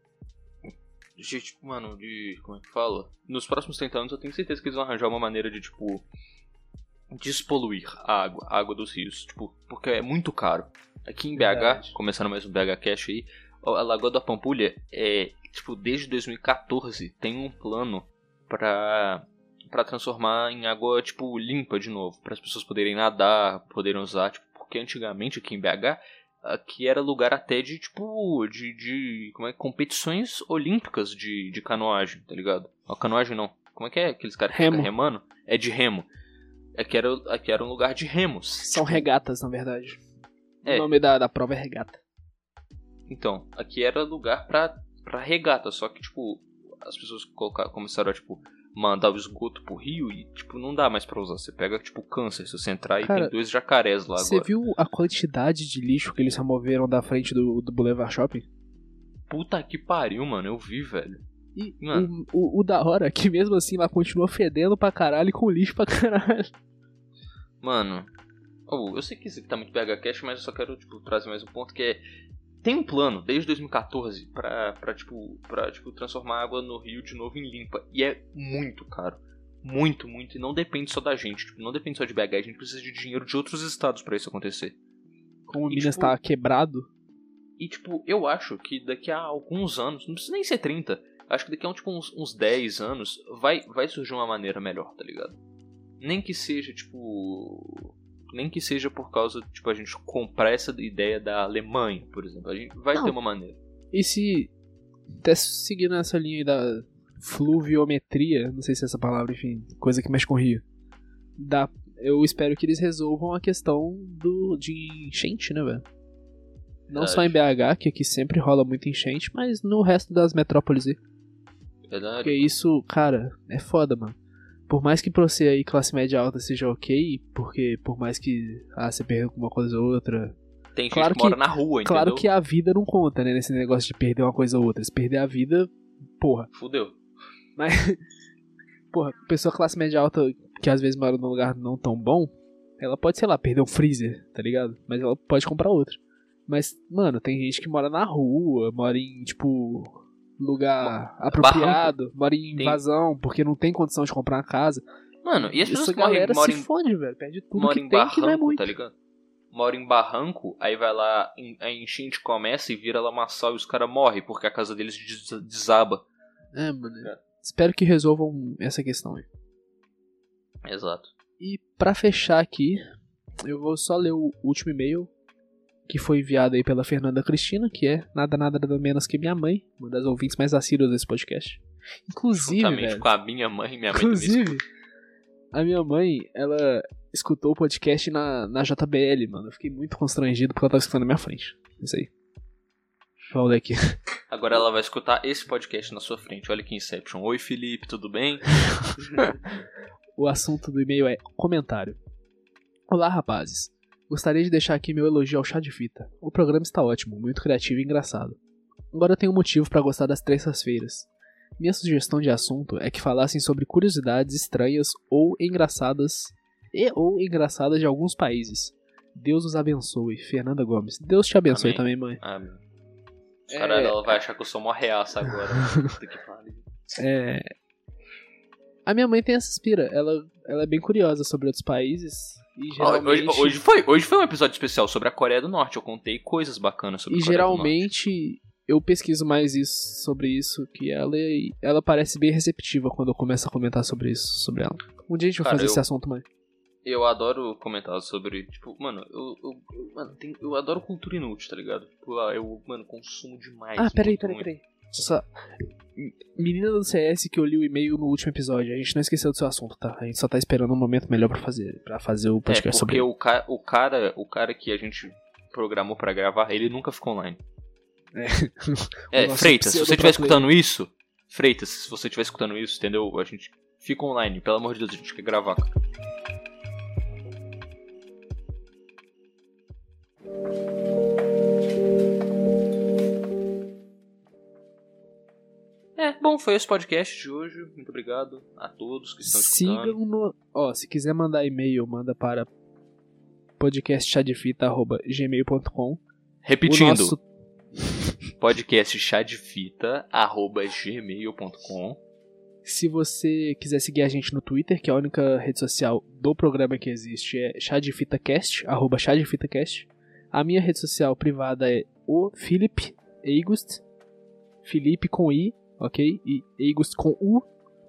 mano, como é que fala? Nos próximos 30 anos eu tenho certeza que eles vão arranjar uma maneira de, tipo, despoluir a água dos rios, tipo, porque é muito caro. Aqui em BH, começando mais um BH Cash aí, a Lagoa da Pampulha tipo, desde 2014 tem um plano pra transformar em água, tipo, limpa de novo, para as pessoas poderem nadar, poderem usar, tipo, porque antigamente aqui em BH, aqui era lugar até de, tipo, como é, competições olímpicas de canoagem, tá ligado? Ó, canoagem não, como é que é aqueles caras que ficam remando? É de remo. Aqui era um lugar de remos. São tipo, regatas, na verdade. O nome da prova é regata. Então, aqui era lugar pra regata, só que, tipo, as pessoas começaram a, tipo, mandar o esgoto pro rio e, tipo, não dá mais pra usar. Você pega, tipo, câncer se você entrar. Cara, e tem 2 jacarés lá agora. Você viu a quantidade de lixo que eles removeram da frente do Boulevard Shopping? Puta que pariu, mano, eu vi, velho. E mano, o da hora é que mesmo assim lá continua fedendo pra caralho e com lixo pra caralho. Mano, eu sei que isso aqui tá muito BH Cash, mas eu só quero, tipo, trazer mais um ponto que é... Tem um plano, desde 2014, pra transformar a água no rio de novo em limpa. E é muito caro. Muito, muito. E não depende só da gente. Tipo, não depende só de BH. A gente precisa de dinheiro de outros estados pra isso acontecer. Como o Minas tá quebrado. E, tipo, eu acho que daqui a alguns anos, não precisa nem ser 30, acho que daqui a uns 10 anos, vai surgir uma maneira melhor, tá ligado? Nem que seja, tipo... Nem que seja por causa, tipo, a gente comprar essa ideia da Alemanha, por exemplo. A gente vai ter uma maneira. E se, até seguindo essa linha aí da fluviometria, não sei se é essa palavra, enfim, coisa que mexe com o rio, eu espero que eles resolvam a questão de enchente, né, velho? Não só em BH, que aqui sempre rola muita enchente, mas no resto das metrópoles aí. Verdade. Porque isso, cara, é foda, mano. Por mais que pra você aí, classe média alta, seja ok, porque por mais que você perca uma coisa ou outra... Tem gente que mora na rua, entendeu? Claro que a vida não conta, né, nesse negócio de perder uma coisa ou outra. Se perder a vida, porra. Fudeu. Mas, porra, pessoa classe média alta que às vezes mora num lugar não tão bom, ela pode, sei lá, perder um freezer, tá ligado? Mas ela pode comprar outro. Mas, mano, tem gente que mora na rua, mora em, tipo... lugar apropriado, barranco. Mora em invasão, porque não tem condição de comprar uma casa. Mano, e as pessoas que moram se fode, velho. Perde tudo mora que em tem, barranco, que não é muito. Tá ligado? Mora em barranco, aí vai lá, a enchente começa e vira lamaçal e os caras morrem porque a casa deles desaba. Mano. Espero que resolvam essa questão aí. Exato. E pra fechar aqui, eu vou só ler o último e-mail que foi enviado aí pela Fernanda Cristina, que é nada menos que minha mãe, uma das ouvintes mais assíduas desse podcast. Inclusive, velho, com a minha mãe inclusive, a minha mãe, ela escutou o podcast na JBL, mano. Eu fiquei muito constrangido porque ela tava escutando na minha frente. Isso aí. Vamos ler aqui. Agora ela vai escutar esse podcast na sua frente. Olha que Inception. Oi, Felipe, tudo bem? O assunto do e-mail é comentário. Olá, rapazes. Gostaria de deixar aqui meu elogio ao Chá de Fita. O programa está ótimo, muito criativo e engraçado. Agora eu tenho um motivo para gostar das terças-feiras. Minha sugestão de assunto é que falassem sobre curiosidades estranhas ou engraçadas de alguns países. Deus os abençoe. Fernanda Gomes. Deus te abençoe. Amém. Também, mãe. Amém. Caralho, ela vai achar que eu sou mó reaça agora. A minha mãe tem essa aspira. Ela é bem curiosa sobre outros países. E geralmente... hoje foi um episódio especial sobre a Coreia do Norte. Eu contei coisas bacanas sobre a Coreia do Norte. E geralmente eu pesquiso mais sobre isso que ela, e ela parece bem receptiva quando eu começo a comentar sobre isso, sobre ela. Um dia a gente vai fazer esse assunto, mãe. Eu adoro comentar sobre, tipo, mano, eu adoro cultura inútil, tá ligado? Tipo, eu consumo demais. Peraí. Só... Menina do CS que eu li o e-mail no último episódio. A gente não esqueceu do seu assunto, tá? A gente só tá esperando um momento melhor pra fazer o podcast sobre ele. Porque o cara que a gente programou pra gravar, ele nunca ficou online. Freitas, se você estiver escutando isso, entendeu? A gente fica online, pelo amor de Deus, a gente quer gravar, cara. Bom, bom, foi esse podcast de hoje. Muito obrigado a todos que estão escutando. Sigam no... se quiser mandar e-mail, manda para podcastchadefita@gmail.com. Repetindo. Nosso... podcastchadefita@gmail.com. Se você quiser seguir a gente no Twitter, que é a única rede social do programa que existe, é chadefitacast, @chadefitacast. A minha rede social privada é o Felipe Eigust, Felipe com I, ok? E Eigust com U.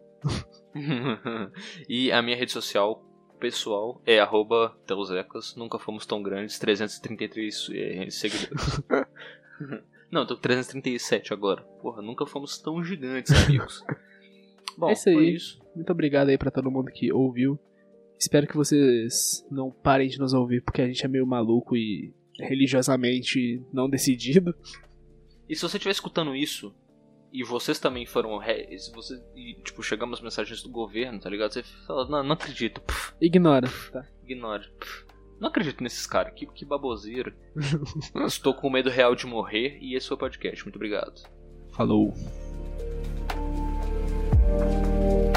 E a minha rede social pessoal é @teusecas. Nunca fomos tão grandes, 333 seguidores. Não, tô com 337 agora. Porra, nunca fomos tão gigantes, amigos. Bom, é isso aí. foi isso. Muito obrigado aí pra todo mundo que ouviu. Espero que vocês não parem de nos ouvir, porque a gente é meio maluco e religiosamente não decidido. E se você estiver escutando isso, e vocês também foram... se você, tipo, chegamos as mensagens do governo, tá ligado? Você fala, não acredito. Ignora, tá? Ignora. Não acredito nesses caras. Que baboseira. Estou com medo real de morrer e esse foi o podcast. Muito obrigado. Falou.